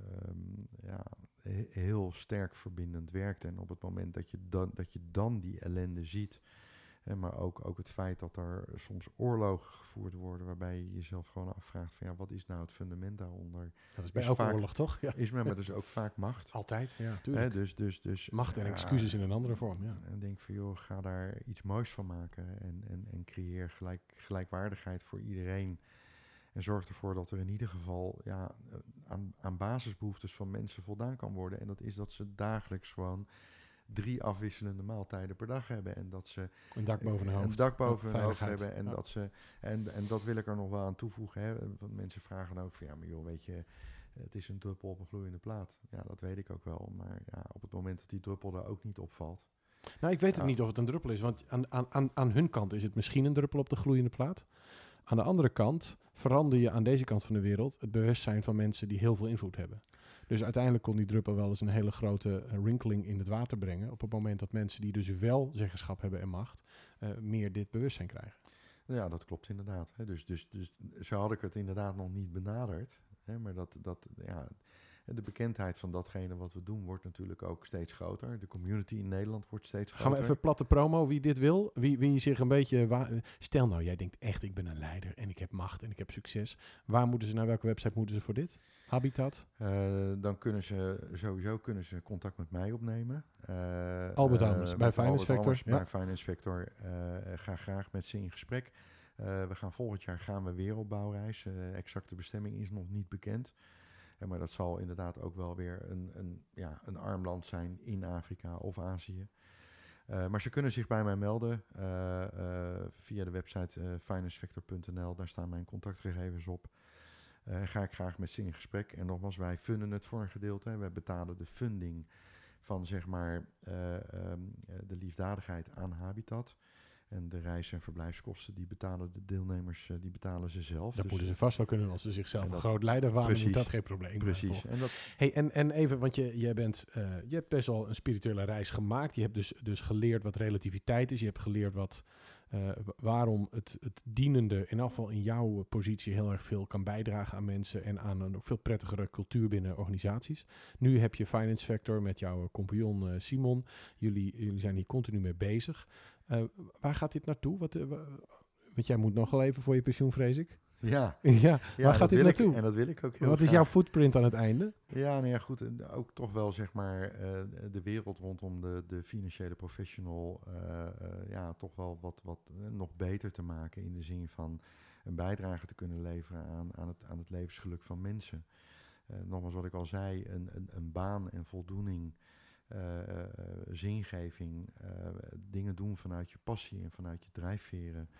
um, ja, he- heel sterk verbindend werkt. En op het moment dat je dan, dat je dan die ellende ziet... En maar ook, ook het feit dat er soms oorlogen gevoerd worden... waarbij je jezelf gewoon afvraagt van... ja, wat is nou het fundament daaronder? Dat is bij is elke vaak, oorlog, toch? Ja. Is maar dus ook vaak macht. Altijd, ja, tuurlijk. Hè, dus, dus, dus, macht en ja, excuses in een andere vorm, ja. En denk van, joh, ga daar iets moois van maken... en, en, en creëer gelijk, gelijkwaardigheid voor iedereen... En zorg ervoor dat er in ieder geval ja, aan, aan basisbehoeftes van mensen voldaan kan worden. En dat is dat ze dagelijks gewoon... drie afwisselende maaltijden per dag hebben. En dat ze een dak boven hun hoofd, een dak boven hun hoofd hebben. En, ja. dat ze, en, en dat wil ik er nog wel aan toevoegen. Hè. Want mensen vragen ook van ja, maar joh, weet je, het is een druppel op een gloeiende plaat. Ja, dat weet ik ook wel. Maar ja, op het moment dat die druppel daar ook niet opvalt. Nou, ik weet het ja. niet of het een druppel is. Want aan, aan, aan, aan hun kant is het misschien een druppel op de gloeiende plaat. Aan de andere kant verander je aan deze kant van de wereld het bewustzijn van mensen die heel veel invloed hebben. Dus uiteindelijk kon die druppel wel eens een hele grote uh, rinkeling in het water brengen. Op het moment dat mensen die dus wel zeggenschap hebben en macht, uh, meer dit bewustzijn krijgen. Ja, dat klopt inderdaad. Hè. Dus, dus, dus zo had ik het inderdaad nog niet benaderd. Hè, maar dat, dat, ja, de bekendheid van datgene wat we doen wordt natuurlijk ook steeds groter. De community in Nederland wordt steeds groter. Gaan we even platte promo, wie dit wil. Wie, wie zich een beetje... Wa- Stel nou, jij denkt echt, ik ben een leider en ik heb macht en ik heb succes. Waar moeten ze, naar welke website moeten ze voor dit? Habitat? Uh, dan kunnen ze sowieso kunnen ze contact met mij opnemen. Uh, Albert Almers, uh, bij Finance Factor. Ja. Bij Finance Factor. Uh, ga graag met ze in gesprek. Uh, we gaan volgend jaar gaan we weer op bouwreis. Uh, exacte bestemming is nog niet bekend. Ja, maar dat zal inderdaad ook wel weer een, een, ja, een arm land zijn in Afrika of Azië. Uh, maar ze kunnen zich bij mij melden uh, uh, via de website uh, finance factor punt n l. Daar staan mijn contactgegevens op. Uh, ga ik graag met ze in gesprek. En nogmaals, wij funden het voor een gedeelte. Wij betalen de funding van zeg maar uh, um, de liefdadigheid aan Habitat. En de reis- en verblijfskosten, die betalen de deelnemers, uh, die betalen ze zelf. Dat dus moeten ze vast wel kunnen als ze zichzelf dat, een groot leider wanen. precies, moet dat geen probleem Precies. En, dat, hey, en, en even, want je, jij bent, uh, je hebt best wel een spirituele reis gemaakt. Je hebt dus, dus geleerd wat relativiteit is. Je hebt geleerd wat, uh, waarom het, het dienende, in elk geval in jouw positie, heel erg veel kan bijdragen aan mensen en aan een veel prettigere cultuur binnen organisaties. Nu heb je Finance Factor met jouw compagnon uh, Simon. Jullie, jullie zijn hier continu mee bezig. Uh, waar gaat dit naartoe? Wat, uh, w- want jij moet nog wel even voor je pensioen, vrees ik. Ja, ja, ja waar gaat dit naartoe? Ik, en dat wil ik ook heel Wat graag. is jouw footprint aan het einde? Ja, nou ja, goed. Ook toch wel zeg maar uh, de wereld rondom de, de financiële professional uh, uh, ja, toch wel wat, wat uh, nog beter te maken in de zin van een bijdrage te kunnen leveren aan, aan, het, aan het levensgeluk van mensen. Uh, nogmaals wat ik al zei, een, een, een baan en voldoening, uh, uh, zingeving, uh, dingen doen vanuit je passie en vanuit je drijfveren.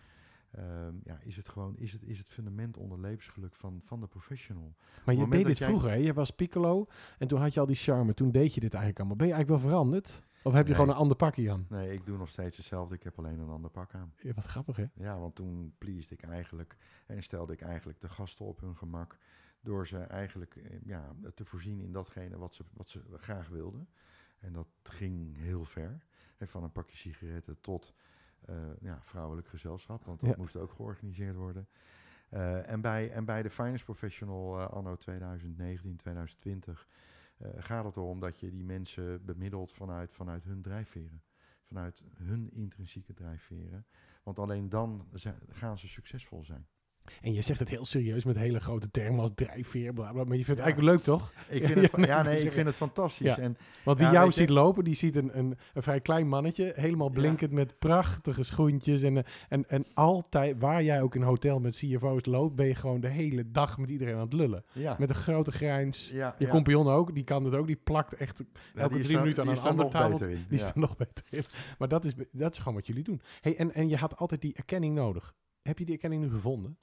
Um, ja, is het gewoon is het, is het fundament onder levensgeluk van, van de professional. Maar je deed dit jij... vroeger, hè? Je was piccolo en toen had je al die charme. Toen deed je dit eigenlijk allemaal. Ben je eigenlijk wel veranderd? Of heb je nee. gewoon een ander pakje aan? Nee, ik doe nog steeds hetzelfde. Ik heb alleen een ander pak aan. Ja, wat grappig, hè? Ja, want toen pleased ik eigenlijk en stelde ik eigenlijk de gasten op hun gemak door ze eigenlijk ja, te voorzien in datgene wat ze, wat ze graag wilden. En dat ging heel ver. En van een pakje sigaretten tot uh, ja, vrouwelijk gezelschap, want dat ja. moest ook georganiseerd worden. Uh, en, bij, en bij de Finance Professional uh, anno twintig negentien, twintig twintig uh, gaat het erom dat je die mensen bemiddelt vanuit, vanuit hun drijfveren. Vanuit hun intrinsieke drijfveren. Want alleen dan zijn, gaan ze succesvol zijn. En je zegt het heel serieus met hele grote termen als drijfveer, bla bla, maar je vindt het ja. eigenlijk leuk, toch? Ik vind het, ja, nee, ja, nee, ik vind het fantastisch. Ja. En, Want wie ja, jou ziet je... lopen, die ziet een, een, een vrij klein mannetje, helemaal blinkend ja. met prachtige schoentjes. En, en, en altijd, waar jij ook in een hotel met C F O's loopt, ben je gewoon de hele dag met iedereen aan het lullen. Ja. Met een grote grijns. Ja, je ja. compagnon ook, die kan het ook, die plakt echt ja, elke drie dan, minuten aan een andere tafel. Die ja. staat nog beter in. Maar dat is, dat is gewoon wat jullie doen. Hey, en, en je had altijd die erkenning nodig. Heb je die erkenning nu gevonden?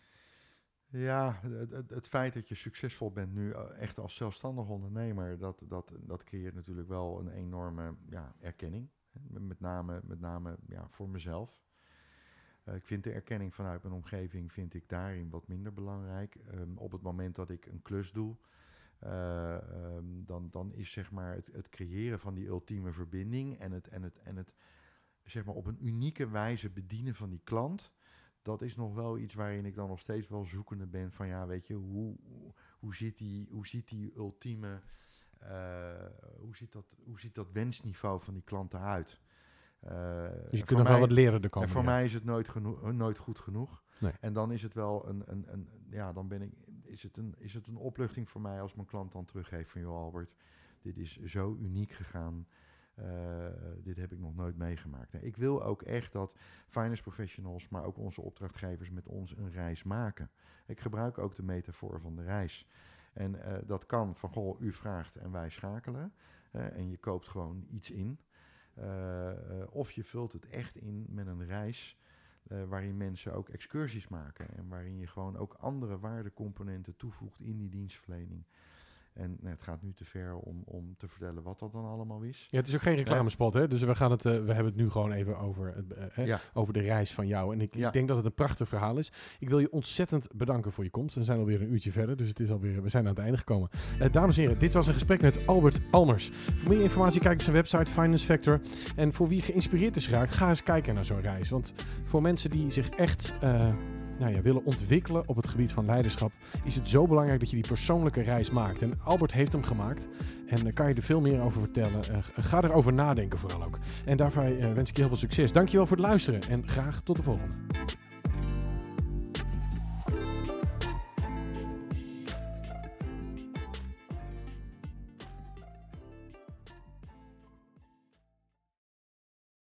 Ja, het, het, het feit dat je succesvol bent nu echt als zelfstandig ondernemer, dat, dat, dat creëert natuurlijk wel een enorme ja, erkenning. Met name, met name ja, voor mezelf. Uh, ik vind de erkenning vanuit mijn omgeving vind ik daarin wat minder belangrijk. Um, op het moment dat ik een klus doe, uh, um, dan, dan is zeg maar het, het creëren van die ultieme verbinding en het, en het, en het zeg maar op een unieke wijze bedienen van die klant. Dat is nog wel iets waarin ik dan nog steeds wel zoekende ben van ja, weet je, hoe, hoe, ziet, die, hoe ziet die ultieme, uh, hoe, ziet dat, hoe ziet dat wensniveau van die klant eruit? Uh, dus je kunt nog wel wat leren de komende. En voor ja. mij is het nooit, geno- nooit goed genoeg. Nee. En dan is het wel een, een, een ja, dan ben ik, is het een, is het een opluchting voor mij als mijn klant dan teruggeeft van joh Albert, dit is zo uniek gegaan. Uh, dit heb ik nog nooit meegemaakt. Ik wil ook echt dat finance professionals, maar ook onze opdrachtgevers met ons een reis maken. Ik gebruik ook de metafoor van de reis. En uh, dat kan van, goh, u vraagt en wij schakelen. Uh, en je koopt gewoon iets in. Uh, uh, of je vult het echt in met een reis uh, waarin mensen ook excursies maken. En waarin je gewoon ook andere waardecomponenten toevoegt in die dienstverlening. En nou, het gaat nu te ver om, om te vertellen wat dat dan allemaal is. Ja, het is ook geen reclamespot, hè? Dus we, gaan het, uh, we hebben het nu gewoon even over, het, uh, hè? Ja. over de reis van jou. En ik, ja. ik denk dat het een prachtig verhaal is. Ik wil je ontzettend bedanken voor je komst. We zijn alweer een uurtje verder, dus het is alweer, we zijn aan het einde gekomen. Uh, dames en heren, dit was een gesprek met Albert Almers. Voor meer informatie kijk op zijn website Finance Factor. En voor wie geïnspireerd is geraakt, ga eens kijken naar zo'n reis. Want voor mensen die zich echt... Uh, Nou ja, willen ontwikkelen op het gebied van leiderschap, is het zo belangrijk dat je die persoonlijke reis maakt. En Albert heeft hem gemaakt en daar kan je er veel meer over vertellen. Uh, ga erover nadenken vooral ook. En daarvoor uh, wens ik je heel veel succes. Dankjewel voor het luisteren en graag tot de volgende.